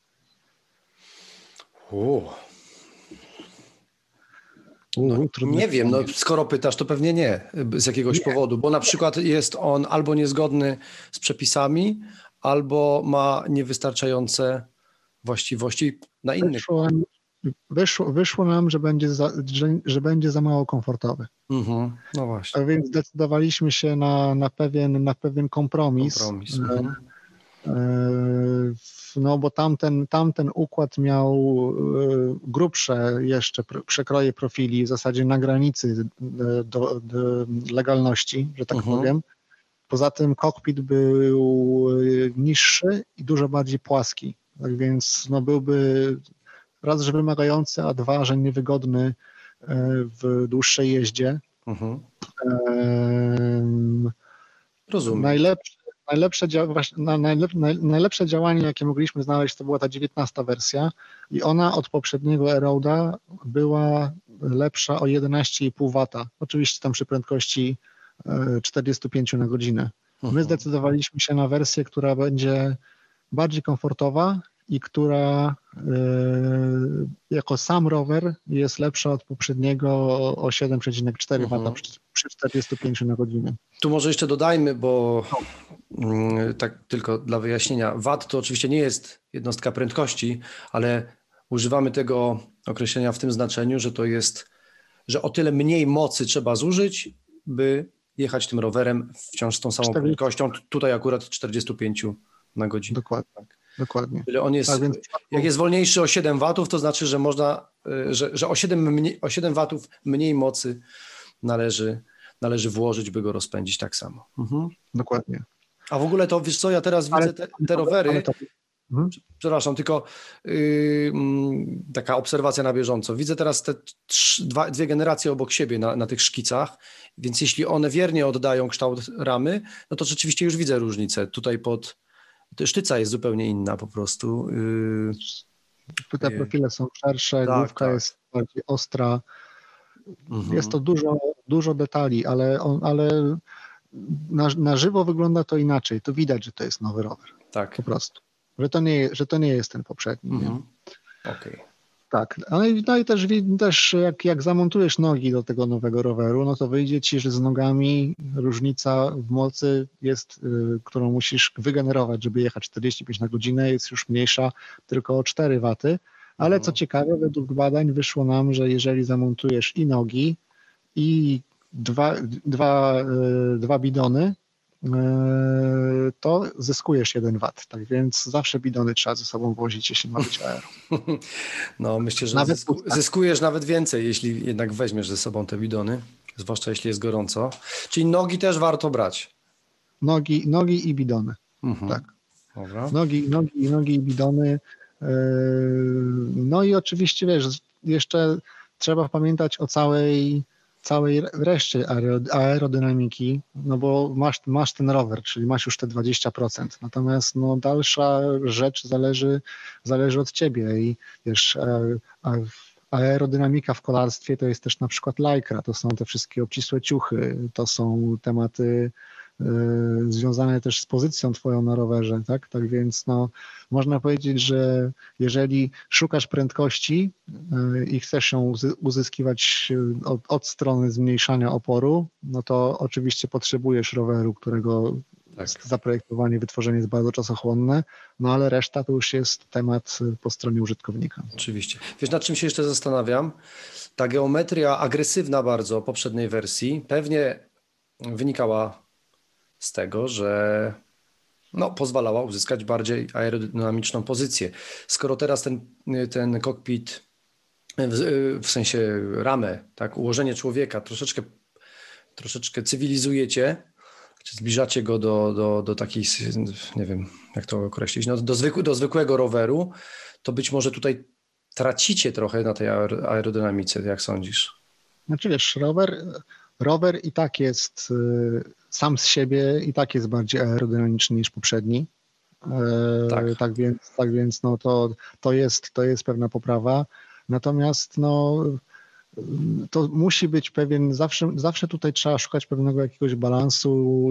Nie wiem, skoro pytasz, to pewnie nie, z jakiegoś powodu, bo na przykład jest on albo niezgodny z przepisami, albo ma niewystarczające właściwości na innych. Wyszło nam, że będzie za mało komfortowy. No właśnie. A więc zdecydowaliśmy się na pewien kompromis. No bo tamten układ miał grubsze jeszcze przekroje profili, w zasadzie na granicy do legalności, że tak powiem. Poza tym kokpit był niższy i dużo bardziej płaski, tak więc byłby raz, że wymagający, a dwa, że niewygodny w dłuższej jeździe. Rozumiem. Najlepsze działanie, jakie mogliśmy znaleźć, to była ta 19 wersja i ona od poprzedniego Aeroada była lepsza o 11,5 W. Oczywiście tam przy prędkości 45 na godzinę. My zdecydowaliśmy się na wersję, która będzie bardziej komfortowa i która jako sam rower jest lepsza od poprzedniego o 7,4 W przy 45 na godzinę. Tu może jeszcze dodajmy, bo tak tylko dla wyjaśnienia, watt to oczywiście nie jest jednostka prędkości, ale używamy tego określenia w tym znaczeniu, że to jest, że o tyle mniej mocy trzeba zużyć, by jechać tym rowerem wciąż z tą samą prędkością. Tutaj akurat 45 na godzinę. Dokładnie. Tak. Dokładnie. Czyli on jest, jak jest wolniejszy o 7 watów, to znaczy, że można, że o 7 watów mniej mocy należy włożyć, by go rozpędzić tak samo. Dokładnie. A w ogóle to, wiesz co, ja teraz widzę te rowery, przepraszam, tylko taka obserwacja na bieżąco. Widzę teraz te dwie generacje obok siebie na tych szkicach, więc jeśli one wiernie oddają kształt ramy, no to rzeczywiście już widzę różnicę. Tutaj sztyca jest zupełnie inna po prostu. Te profile są szersze, główka jest bardziej ostra. Jest to dużo detali, ale na żywo wygląda to inaczej. To widać, że to jest nowy rower. Tak. Po prostu. Że to nie jest ten poprzedni. Okej. Tak. No i też jak zamontujesz nogi do tego nowego roweru, no to wyjdzie ci, że z nogami różnica w mocy jest, którą musisz wygenerować, żeby jechać 45 na godzinę, jest już mniejsza tylko o 4 waty. Ale co ciekawe, według badań wyszło nam, że jeżeli zamontujesz i nogi, i dwa bidony, to zyskujesz 1 W. Tak więc zawsze bidony trzeba ze sobą wozić, jeśli ma być aero. No myślę, że zyskujesz nawet więcej, jeśli jednak weźmiesz ze sobą te bidony, zwłaszcza jeśli jest gorąco. Czyli nogi też warto brać. Nogi i bidony. Tak. Dobra. Nogi i bidony. No i oczywiście, wiesz, jeszcze trzeba pamiętać o całej reszcie aerodynamiki, no bo masz ten rower, czyli masz już te 20%. Natomiast no, dalsza rzecz zależy od ciebie i wiesz, aerodynamika w kolarstwie to jest też na przykład Lycra, to są te wszystkie obcisłe ciuchy, to są tematy związane też z pozycją twoją na rowerze, tak? Tak więc no, można powiedzieć, że jeżeli szukasz prędkości i chcesz ją uzyskiwać od strony zmniejszania oporu, no to oczywiście potrzebujesz roweru, którego zaprojektowanie, wytworzenie jest bardzo czasochłonne, no ale reszta to już jest temat po stronie użytkownika. Oczywiście. Wiesz, nad czym się jeszcze zastanawiam? Ta geometria agresywna bardzo poprzedniej wersji pewnie wynikała z tego, że pozwalała uzyskać bardziej aerodynamiczną pozycję. Skoro teraz ten kokpit, w sensie ramę, tak, ułożenie człowieka troszeczkę cywilizujecie, czy zbliżacie go do takiej, nie wiem jak to określić, no do zwykłego roweru, to być może tutaj tracicie trochę na tej aerodynamice, jak sądzisz? Znaczy wiesz, rower i tak jest sam z siebie i tak jest bardziej aerodynamiczny niż poprzedni. Tak więc no to jest pewna poprawa. Natomiast no to musi być pewien, zawsze tutaj trzeba szukać pewnego jakiegoś balansu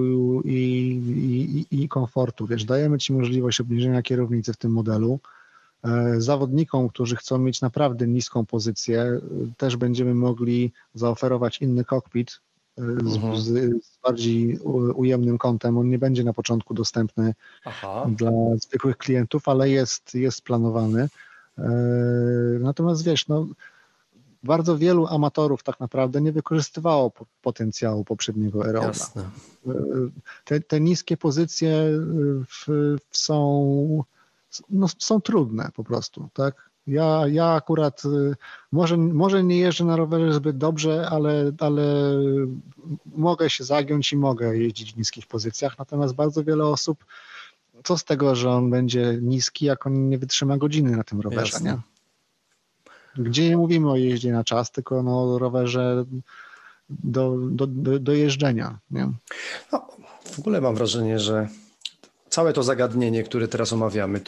i komfortu. Wiesz, dajemy ci możliwość obniżenia kierownicy w tym modelu. Zawodnikom, którzy chcą mieć naprawdę niską pozycję, też będziemy mogli zaoferować inny kokpit z bardziej ujemnym kątem. On nie będzie na początku dostępny dla zwykłych klientów, ale jest planowany. Natomiast wiesz, no, bardzo wielu amatorów tak naprawdę nie wykorzystywało potencjału poprzedniego aerobla. Te niskie pozycje są trudne po prostu, tak? Ja akurat może nie jeżdżę na rowerze zbyt dobrze, ale mogę się zagiąć i mogę jeździć w niskich pozycjach, natomiast bardzo wiele osób, co z tego, że on będzie niski, jak on nie wytrzyma godziny na tym rowerze, nie? Gdzie nie mówimy o jeździe na czas, tylko o rowerze do jeżdżenia, nie? No, w ogóle mam wrażenie, że całe to zagadnienie, które teraz omawiamy,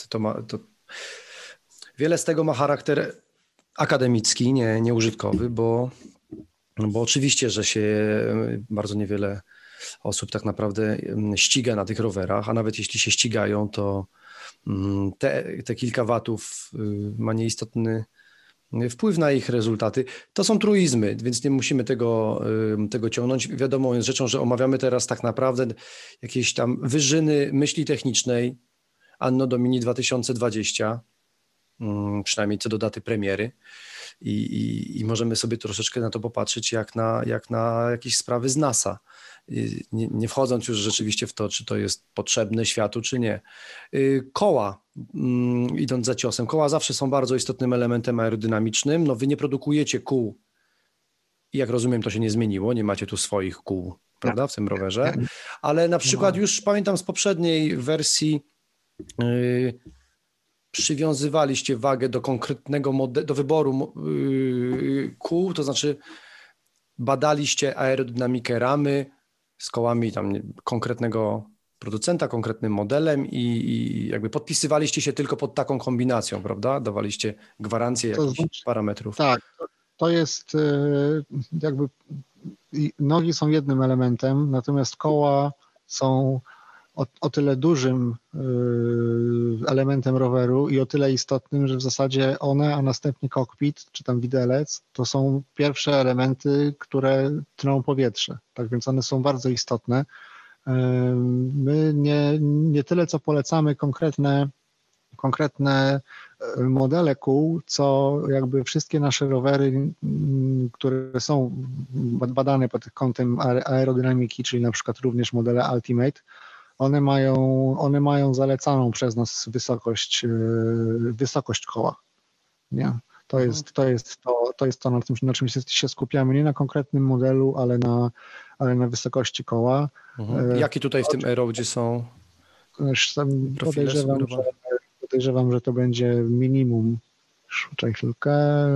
wiele z tego ma charakter akademicki, nie użytkowy, bo oczywiście, że się bardzo niewiele osób tak naprawdę ściga na tych rowerach, a nawet jeśli się ścigają, to te kilka watów ma nieistotny wpływ na ich rezultaty. To są truizmy, więc nie musimy tego ciągnąć. Wiadomo jest rzeczą, że omawiamy teraz tak naprawdę jakieś tam wyżyny myśli technicznej Anno Domini 2020, przynajmniej co do daty premiery i możemy sobie troszeczkę na to popatrzeć jak na jakieś sprawy z NASA. Nie wchodząc już rzeczywiście w to, czy to jest potrzebne światu, czy nie. Koła, idąc za ciosem, koła zawsze są bardzo istotnym elementem aerodynamicznym. No wy nie produkujecie kół i jak rozumiem, to się nie zmieniło, nie macie tu swoich kół, prawda, w tym rowerze, ale na przykład już pamiętam z poprzedniej wersji przywiązywaliście wagę do konkretnego do wyboru kół, to znaczy badaliście aerodynamikę ramy z kołami tam konkretnego producenta, konkretnym modelem i jakby podpisywaliście się tylko pod taką kombinacją, prawda? Dawaliście gwarancję jakichś parametrów. Tak, to jest jakby nogi są jednym elementem, natomiast koła są o tyle dużym elementem roweru i o tyle istotnym, że w zasadzie one, a następnie kokpit, czy tam widelec, to są pierwsze elementy, które tną powietrze. Tak więc one są bardzo istotne. My nie tyle, co polecamy konkretne modele kół, co jakby wszystkie nasze rowery, które są badane pod kątem aerodynamiki, czyli na przykład również modele Ultimate, one mają zalecaną przez nas wysokość koła. Nie? To jest to, na czym się skupiamy, nie na konkretnym modelu, ale na wysokości koła. Jakie tutaj w tym Aeroadzie są profile sugerowane? Podejrzewam, że to będzie minimum, czekaj chwilkę,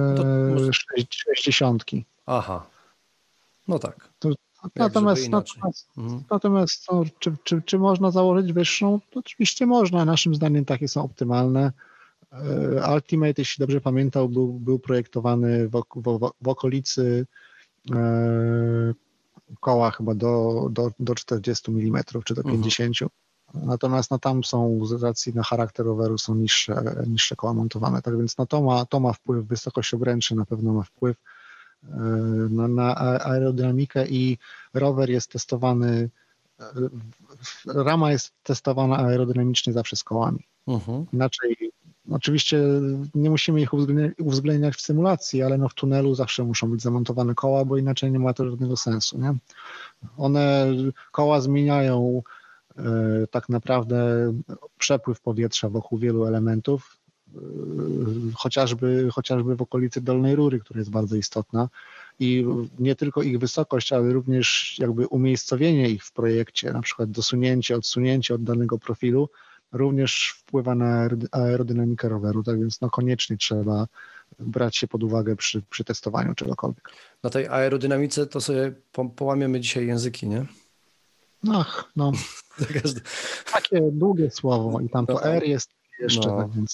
60. Aha, no tak. Natomiast czy można założyć wyższą? To oczywiście można, naszym zdaniem takie są optymalne. Ultimate, jeśli dobrze pamiętam, był projektowany w okolicy koła chyba do 40 mm, czy do 50. Natomiast tam są, z racji na charakter roweru, są niższe koła montowane. Tak więc to ma wpływ, wysokość obręczy na pewno ma wpływ na aerodynamikę i rower jest testowany, rama jest testowana aerodynamicznie zawsze z kołami. Inaczej, oczywiście nie musimy ich uwzględniać w symulacji, ale w tunelu zawsze muszą być zamontowane koła, bo inaczej nie ma to żadnego sensu. Nie? Koła zmieniają tak naprawdę przepływ powietrza wokół wielu elementów, chociażby w okolicy dolnej rury, która jest bardzo istotna i nie tylko ich wysokość, ale również jakby umiejscowienie ich w projekcie, na przykład dosunięcie, odsunięcie od danego profilu również wpływa na aerodynamikę roweru, tak więc koniecznie trzeba brać się pod uwagę przy testowaniu czegokolwiek. Na tej aerodynamice to sobie połamiemy dzisiaj języki, nie? Takie długie słowo i tam to R jest jeszcze,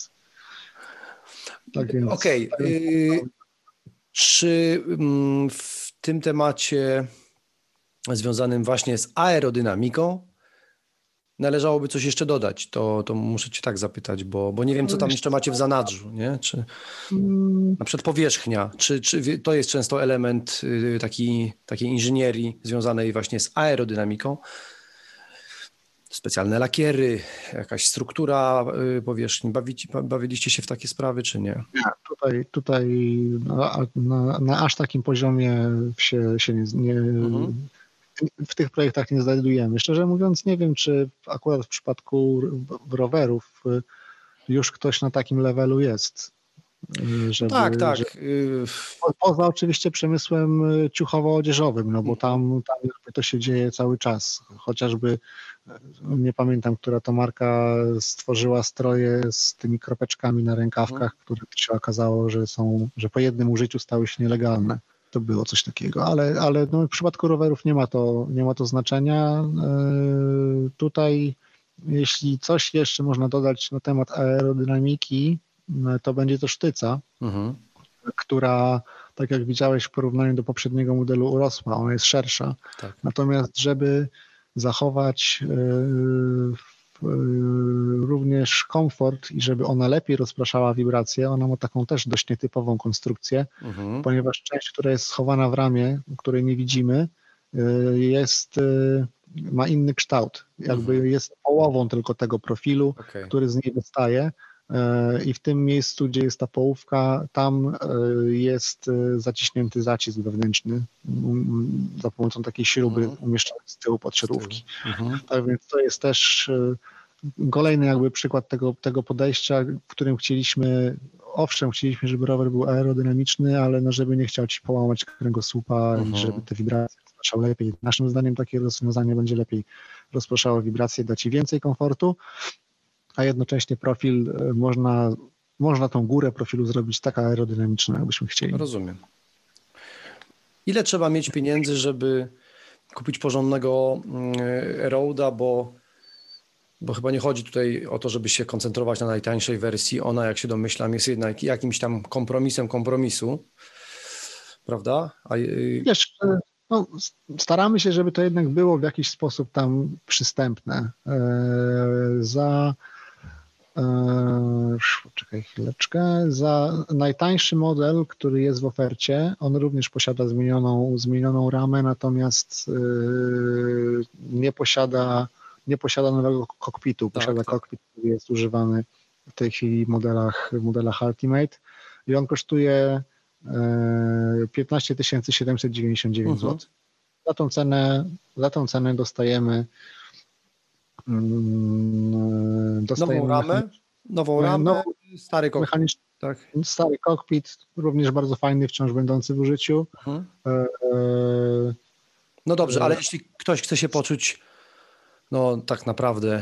tak więc. Okej. Czy w tym temacie związanym właśnie z aerodynamiką należałoby coś jeszcze dodać? To muszę cię tak zapytać, bo nie wiem, co tam jeszcze macie w zanadrzu, nie? Czy na przykład powierzchnia, czy to jest często element takiej inżynierii związanej właśnie z aerodynamiką? Specjalne lakiery, jakaś struktura powierzchni. Bawiliście się w takie sprawy, czy nie? Nie, tutaj na aż takim poziomie się nie w tych projektach nie znajdujemy. Szczerze mówiąc, nie wiem, czy akurat w przypadku rowerów już ktoś na takim levelu jest. Tak. Poza oczywiście przemysłem ciuchowo-odzieżowym, bo tam to się dzieje cały czas. Chociażby nie pamiętam, która to marka stworzyła stroje z tymi kropeczkami na rękawkach, które się okazało, że po jednym użyciu stały się nielegalne. To było coś takiego, ale w przypadku rowerów nie ma to znaczenia. Tutaj, jeśli coś jeszcze można dodać na temat aerodynamiki, to będzie to sztyca, która, tak jak widziałeś, w porównaniu do poprzedniego modelu urosła, ona jest szersza. Tak. Natomiast żeby zachować również komfort i żeby ona lepiej rozpraszała wibracje, ona ma taką też dość nietypową konstrukcję, ponieważ część, która jest schowana w ramie, której nie widzimy, ma inny kształt. Jakby jest połową tylko tego profilu, który z niej wystaje. I w tym miejscu, gdzie jest ta połówka, tam jest zaciśnięty zacisk wewnętrzny za pomocą takiej śruby umieszczonej z tyłu podsiadłówki. Tak więc to jest też kolejny jakby przykład tego podejścia, w którym chcieliśmy, żeby rower był aerodynamiczny, ale żeby nie chciał ci połamać kręgosłupa i żeby te wibracje rozpraszał lepiej. Naszym zdaniem takie rozwiązanie będzie lepiej rozpraszało wibracje, da ci więcej komfortu, a jednocześnie profil można tą górę profilu zrobić tak aerodynamiczną, jakbyśmy chcieli. Rozumiem. Ile trzeba mieć pieniędzy, żeby kupić porządnego Aeroada, bo chyba nie chodzi tutaj o to, żeby się koncentrować na najtańszej wersji. Ona, jak się domyślam, jest jednak jakimś tam kompromisem kompromisu, prawda? Wiesz, staramy się, żeby to jednak było w jakiś sposób tam przystępne. Czekaj chwileczkę. Za najtańszy model, który jest w ofercie, on również posiada zmienioną ramę, natomiast nie posiada nowego kokpitu. Posiada kokpit, który jest używany w tej chwili modelach Ultimate i on kosztuje 15 799 zł. Za tą cenę dostajemy nową ramę, stary kokpit. Tak. Stary kokpit, również bardzo fajny, wciąż będący w użyciu. No dobrze, ale jeśli ktoś chce się poczuć, no tak naprawdę,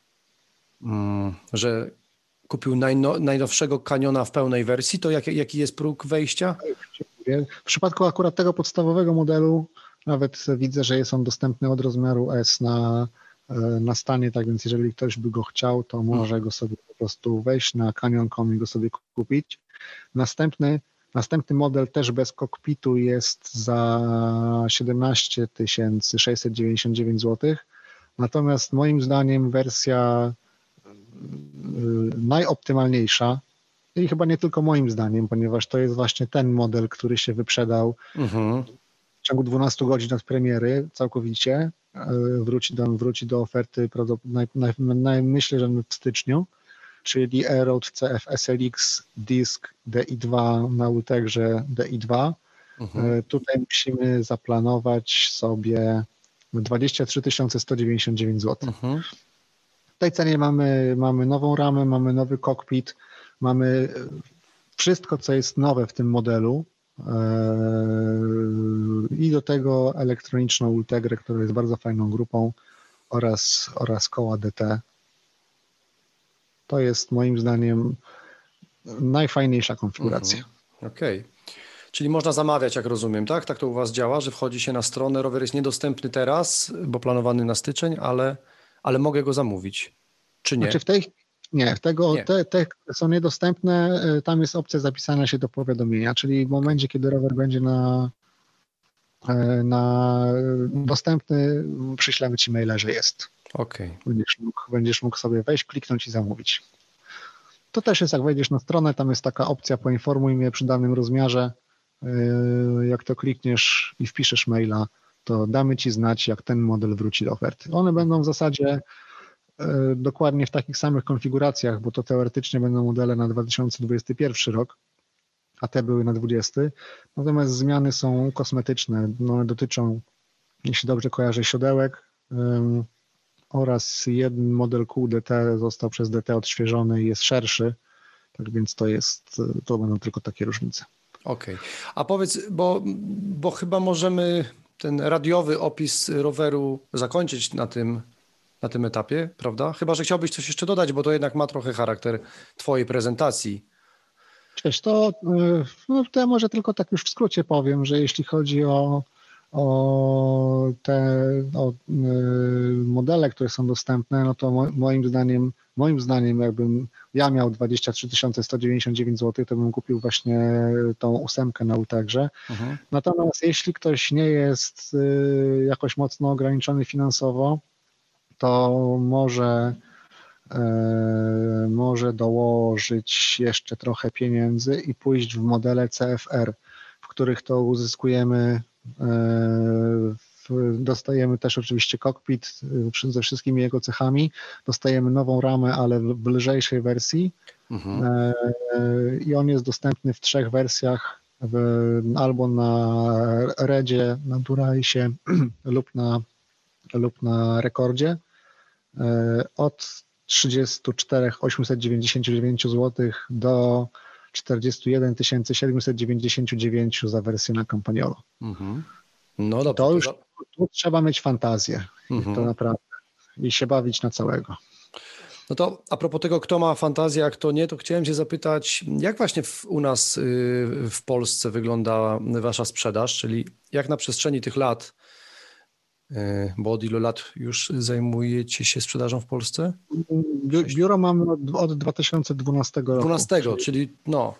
że kupił najnowszego Caniona w pełnej wersji, to jaki jest próg wejścia? W przypadku akurat tego podstawowego modelu nawet widzę, że jest on dostępny od rozmiaru S na stanie, tak więc jeżeli ktoś by go chciał, to może go sobie po prostu wejść na Canion.com i go sobie kupić. Następny model też bez kokpitu jest za 17 699 zł. Natomiast moim zdaniem wersja najoptymalniejsza, i chyba nie tylko moim zdaniem, ponieważ to jest właśnie ten model, który się wyprzedał w ciągu 12 godzin od premiery całkowicie, wróci do oferty myślę, że w styczniu, czyli Aeroad CF SLX Disk DI2 na Ultegrze DI2. Tutaj musimy zaplanować sobie 23 199 zł. W tej cenie mamy nową ramę, mamy nowy kokpit, mamy wszystko, co jest nowe w tym modelu i do tego elektroniczną Ultegrę, która jest bardzo fajną grupą oraz koła DT. To jest moim zdaniem najfajniejsza konfiguracja. Okej. Czyli można zamawiać, jak rozumiem, tak? Tak to u Was działa, że wchodzi się na stronę, rower jest niedostępny teraz, bo planowany na styczeń, ale mogę go zamówić, czy nie? Znaczy te są niedostępne, tam jest opcja zapisania się do powiadomienia, czyli w momencie, kiedy rower będzie dostępny, przyślemy Ci maila, że jest. Okej. Będziesz mógł sobie wejść, kliknąć i zamówić. To też jest, jak wejdziesz na stronę, tam jest taka opcja poinformuj mnie przy danym rozmiarze. Jak to klikniesz i wpiszesz maila, to damy Ci znać, jak ten model wróci do oferty. One będą w zasadzie dokładnie w takich samych konfiguracjach, bo to teoretycznie będą modele na 2021 rok, a te były na 2020. Natomiast zmiany są kosmetyczne. One dotyczą, jeśli dobrze kojarzę, siodełek oraz jeden model kół DT został przez DT odświeżony i jest szerszy. Tak więc to będą tylko takie różnice. Okej. A powiedz, bo chyba możemy ten radiowy opis roweru zakończyć na tym etapie, prawda? Chyba że chciałbyś coś jeszcze dodać, bo to jednak ma trochę charakter Twojej prezentacji. Cześć, to ja może tylko tak już w skrócie powiem, że jeśli chodzi o modele, które są dostępne, no to moim zdaniem jakbym ja miał 23 199 zł, to bym kupił właśnie tą 8 na Ultegrze. Natomiast jeśli ktoś nie jest jakoś mocno ograniczony finansowo, to może dołożyć jeszcze trochę pieniędzy i pójść w modele CFR, w których to uzyskujemy, dostajemy też oczywiście kokpit ze wszystkimi jego cechami, dostajemy nową ramę, ale w lżejszej wersji i on jest dostępny w 3 wersjach, albo na Redzie, na Durace'ie lub na Rekordzie od 34 899 zł do 41 799 za wersję na Campagnolo. No dobrze. Tu trzeba mieć fantazję, to naprawdę, i się bawić na całego. No to a propos tego, kto ma fantazję, a kto nie, to chciałem Cię zapytać, jak właśnie u nas w Polsce wygląda Wasza sprzedaż, czyli jak na przestrzeni tych lat, bo od ilu lat już zajmujecie się sprzedażą w Polsce? Biuro mamy od 2012 roku. 12, czyli no...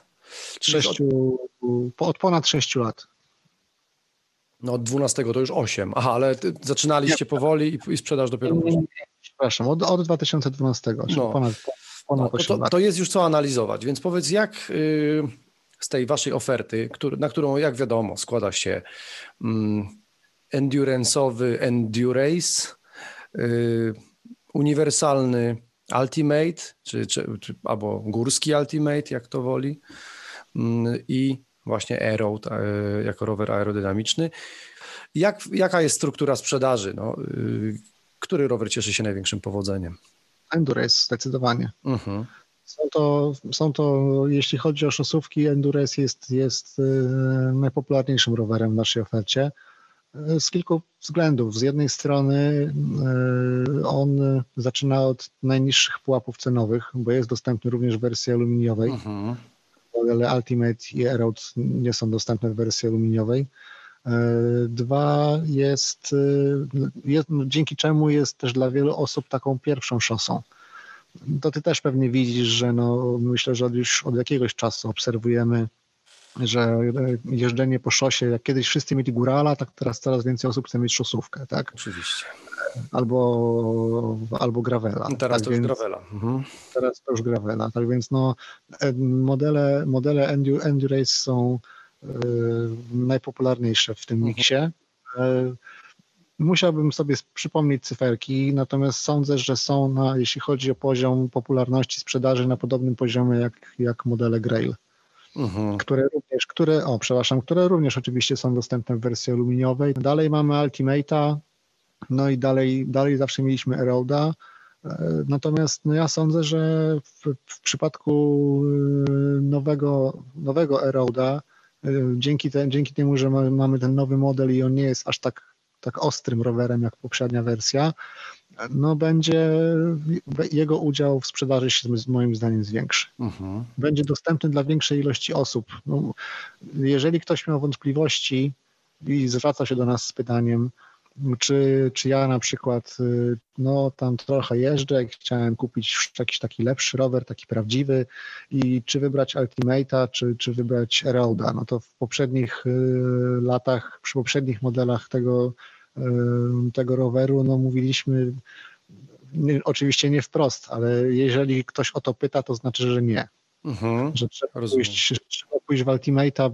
Od ponad 6 lat. No od 12 to już 8. Aha, ale zaczynaliście powoli i sprzedaż dopiero później. Przepraszam, od 2012, czyli ponad 8 lat. To jest już co analizować, więc powiedz, jak z tej waszej oferty, na którą, jak wiadomo, składa się endurance'owy Endurace, uniwersalny Ultimate, albo górski Ultimate, jak to woli, i właśnie Aeroad jako rower aerodynamiczny. Jaka jest struktura sprzedaży? No, który rower cieszy się największym powodzeniem? Endurance zdecydowanie. Są to, jeśli chodzi o szosówki, Endurance jest najpopularniejszym rowerem w naszej ofercie z kilku względów. Z jednej strony on zaczyna od najniższych pułapów cenowych, bo jest dostępny również w wersji aluminiowej, ale Ultimate i Aeroad nie są dostępne w wersji aluminiowej. Dwa, dzięki czemu jest też dla wielu osób taką pierwszą szosą. To ty też pewnie widzisz, że myślę, że już od jakiegoś czasu obserwujemy, że jeżdżenie po szosie, jak kiedyś wszyscy mieli górala, tak teraz coraz więcej osób chce mieć szosówkę, tak? Oczywiście. Albo gravela. Teraz tak to już gravela. Teraz to już gravela, tak więc modele Endurance są najpopularniejsze w tym miksie. Musiałbym sobie przypomnieć cyferki, natomiast sądzę, że są, jeśli chodzi o poziom popularności sprzedaży, na podobnym poziomie jak modele Grail, które również oczywiście są dostępne w wersji aluminiowej. Dalej mamy Ultimate'a, no i dalej zawsze mieliśmy Aeroada. Natomiast ja sądzę, że w przypadku nowego Aeroada, dzięki temu, że mamy ten nowy model i on nie jest aż tak ostrym rowerem jak poprzednia wersja, będzie jego udział w sprzedaży się moim zdaniem zwiększy. Będzie dostępny dla większej ilości osób. Jeżeli ktoś miał wątpliwości i zwraca się do nas z pytaniem, czy ja na przykład tam trochę jeżdżę i chciałem kupić jakiś taki lepszy rower, taki prawdziwy, i czy wybrać Ultimate'a, czy wybrać Aeroada, to w poprzednich latach, przy poprzednich modelach tego roweru, mówiliśmy, oczywiście nie wprost, ale jeżeli ktoś o to pyta, to znaczy, że nie. Że trzeba pójść w Ultimate'a,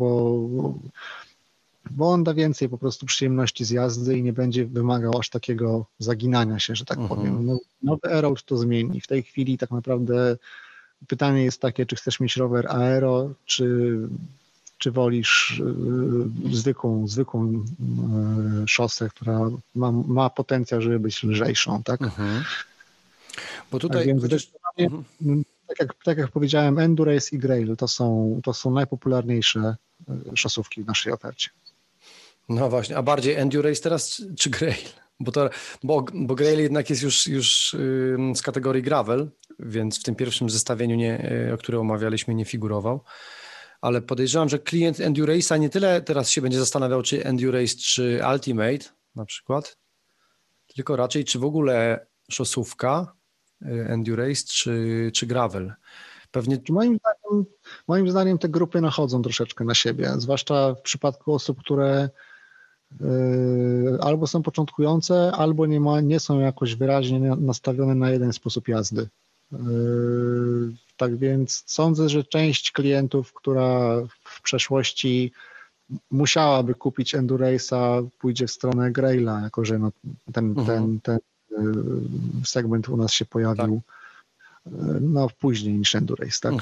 bo on da więcej po prostu przyjemności z jazdy i nie będzie wymagał aż takiego zaginania się, że tak powiem. Nowy Aeroad to zmieni. W tej chwili tak naprawdę pytanie jest takie, czy chcesz mieć rower aero, czy wolisz zwykłą szosę, która ma potencjał, żeby być lżejszą, tak? Bo tutaj tak więc tak jak powiedziałem, Endurance i Grail to są najpopularniejsze szosówki w naszej ofercie. No właśnie, a bardziej Endurance teraz czy Grail? Bo Grail jednak jest już z kategorii gravel, więc w tym pierwszym zestawieniu, które omawialiśmy, nie figurował. Ale podejrzewam, że klient Endurace'a nie tyle teraz się będzie zastanawiał, czy Endurace, czy Ultimate na przykład, tylko raczej, czy w ogóle szosówka Endurace, czy gravel. Pewnie... Moim zdaniem te grupy nachodzą troszeczkę na siebie, zwłaszcza w przypadku osób, które albo są początkujące, albo nie są jakoś wyraźnie nastawione na jeden sposób jazdy. Tak więc sądzę, że część klientów, która w przeszłości musiałaby kupić Endurace'a, pójdzie w stronę Graila, jako że ten segment u nas się pojawił później niż Endurace, tak?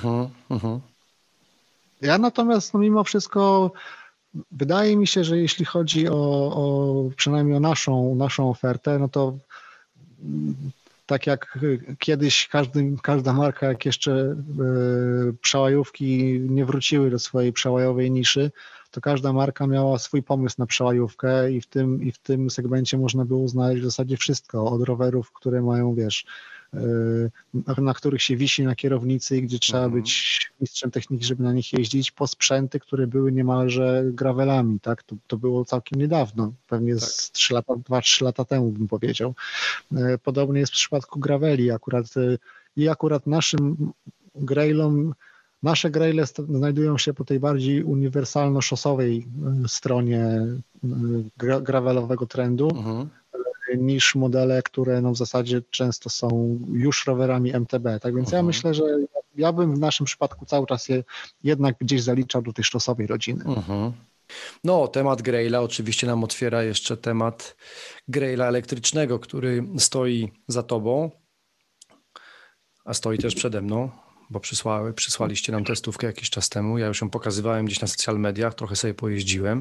Ja natomiast mimo wszystko wydaje mi się, że jeśli chodzi o przynajmniej o naszą ofertę, to tak jak kiedyś każda marka, jak jeszcze przełajówki nie wróciły do swojej przełajowej niszy, to każda marka miała swój pomysł na przełajówkę i w tym segmencie można było znaleźć w zasadzie wszystko, od rowerów, które mają, na których się wisi na kierownicy i gdzie trzeba być mistrzem techniki, żeby na nich jeździć, po sprzęty, które były niemalże gravelami, tak? To było całkiem niedawno, pewnie z 2-3 lata temu bym powiedział. Podobnie jest w przypadku graveli. Akurat naszym grailom, nasze graile znajdują się po tej bardziej uniwersalno-szosowej stronie gravelowego trendu, niż modele, które w zasadzie często są już rowerami MTB. Tak więc ja myślę, że ja bym w naszym przypadku cały czas je jednak gdzieś zaliczał do tej szosowej rodziny. No, temat Graila oczywiście nam otwiera jeszcze temat Graila elektrycznego, który stoi za tobą. a stoi też przede mną, bo przysłaliście nam testówkę jakiś czas temu. Ja już ją pokazywałem gdzieś na social mediach, trochę sobie pojeździłem.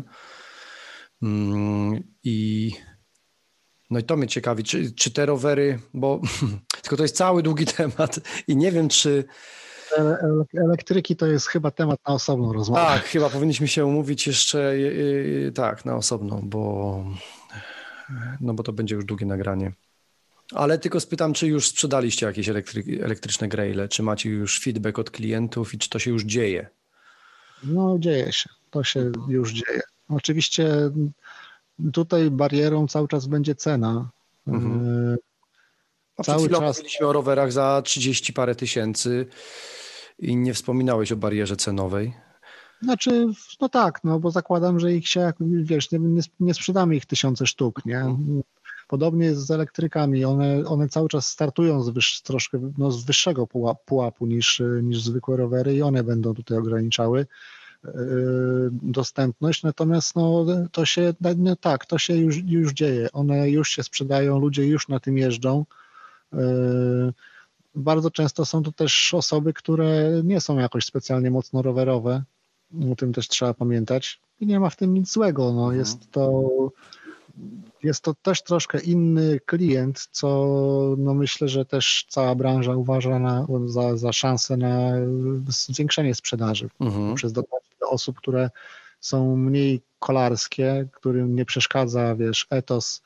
No i to mnie ciekawi, czy te rowery, bo tylko to jest cały długi temat i nie wiem, czy... Elektryki to jest chyba temat na osobną rozmowę. Tak, chyba powinniśmy się umówić jeszcze tak, na osobną, bo to będzie już długie nagranie. Ale tylko spytam, czy już sprzedaliście jakieś elektryczne grejle, czy macie już feedback od klientów i czy to się już dzieje? No dzieje się, to się już dzieje. Oczywiście tutaj barierą cały czas będzie cena. Cały czas mówiliśmy o rowerach za 30 parę tysięcy i nie wspominałeś o barierze cenowej. Znaczy, no tak, no bo zakładam, że ich się, wiesz, nie sprzedamy ich 1000 sztuk, nie? Podobnie jest z elektrykami, one cały czas startują troszkę z wyższego pułapu niż zwykłe rowery i one będą tutaj ograniczały dostępność, natomiast no, to się już dzieje, one już się sprzedają, ludzie już na tym jeżdżą. Bardzo często są to też osoby, które nie są jakoś specjalnie mocno rowerowe, o tym też trzeba pamiętać i nie ma w tym nic złego, no, jest to też troszkę inny klient, co no myślę, że też cała branża uważa za szansę na zwiększenie sprzedaży przez dotarcie do osób, które są mniej kolarskie, którym nie przeszkadza, wiesz, etos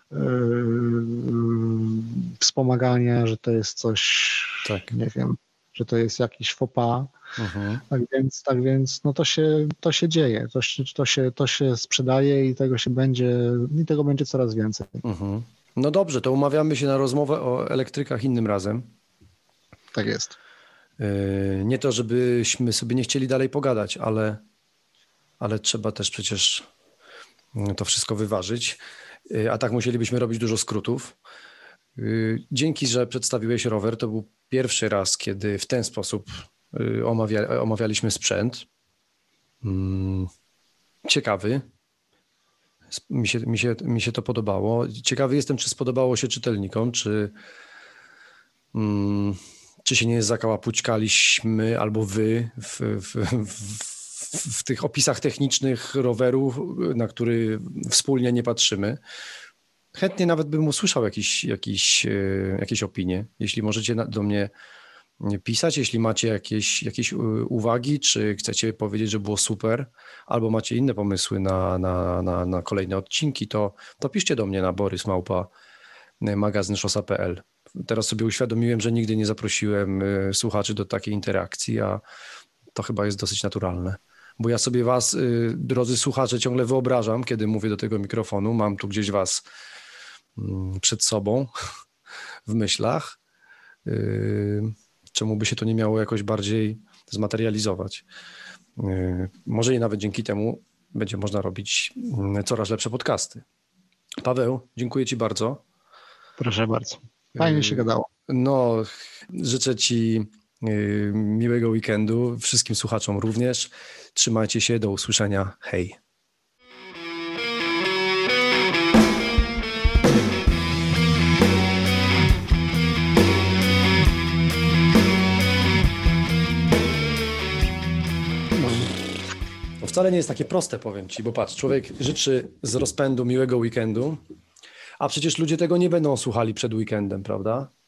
wspomagania, że to jest coś, nie wiem, że to jest jakiś faux pas. Tak więc no to się dzieje, to się sprzedaje i tego będzie coraz więcej. No dobrze, to umawiamy się na rozmowę o elektrykach innym razem. Tak jest. Nie to, żebyśmy sobie nie chcieli dalej pogadać, ale trzeba też przecież to wszystko wyważyć, a tak musielibyśmy robić dużo skrótów. Dzięki, że przedstawiłeś rower. To był pierwszy raz, kiedy w ten sposób omawialiśmy sprzęt. Ciekawy. Mi się to podobało. Ciekawy jestem, czy spodobało się czytelnikom, czy się nie zakałapućkaliśmy albo wy w tych opisach technicznych rowerów, na który wspólnie nie patrzymy. Chętnie nawet bym usłyszał jakieś opinie. Jeśli możecie do mnie pisać, jeśli macie jakieś uwagi, czy chcecie powiedzieć, że było super, albo macie inne pomysły na kolejne odcinki, to piszcie do mnie na borys@magazynszosa.pl. Teraz sobie uświadomiłem, że nigdy nie zaprosiłem słuchaczy do takiej interakcji, a to chyba jest dosyć naturalne. Bo ja sobie was, drodzy słuchacze, ciągle wyobrażam, kiedy mówię do tego mikrofonu, mam tu gdzieś was przed sobą w myślach. Czemu by się to nie miało jakoś bardziej zmaterializować? Może i nawet dzięki temu będzie można robić coraz lepsze podcasty. Paweł, dziękuję ci bardzo. Proszę bardzo. Fajnie się gadało. No, życzę ci miłego weekendu, wszystkim słuchaczom również. Trzymajcie się, do usłyszenia. Hej. To wcale nie jest takie proste, powiem ci, bo patrz, człowiek życzy z rozpędu miłego weekendu, a przecież ludzie tego nie będą słuchali przed weekendem, prawda?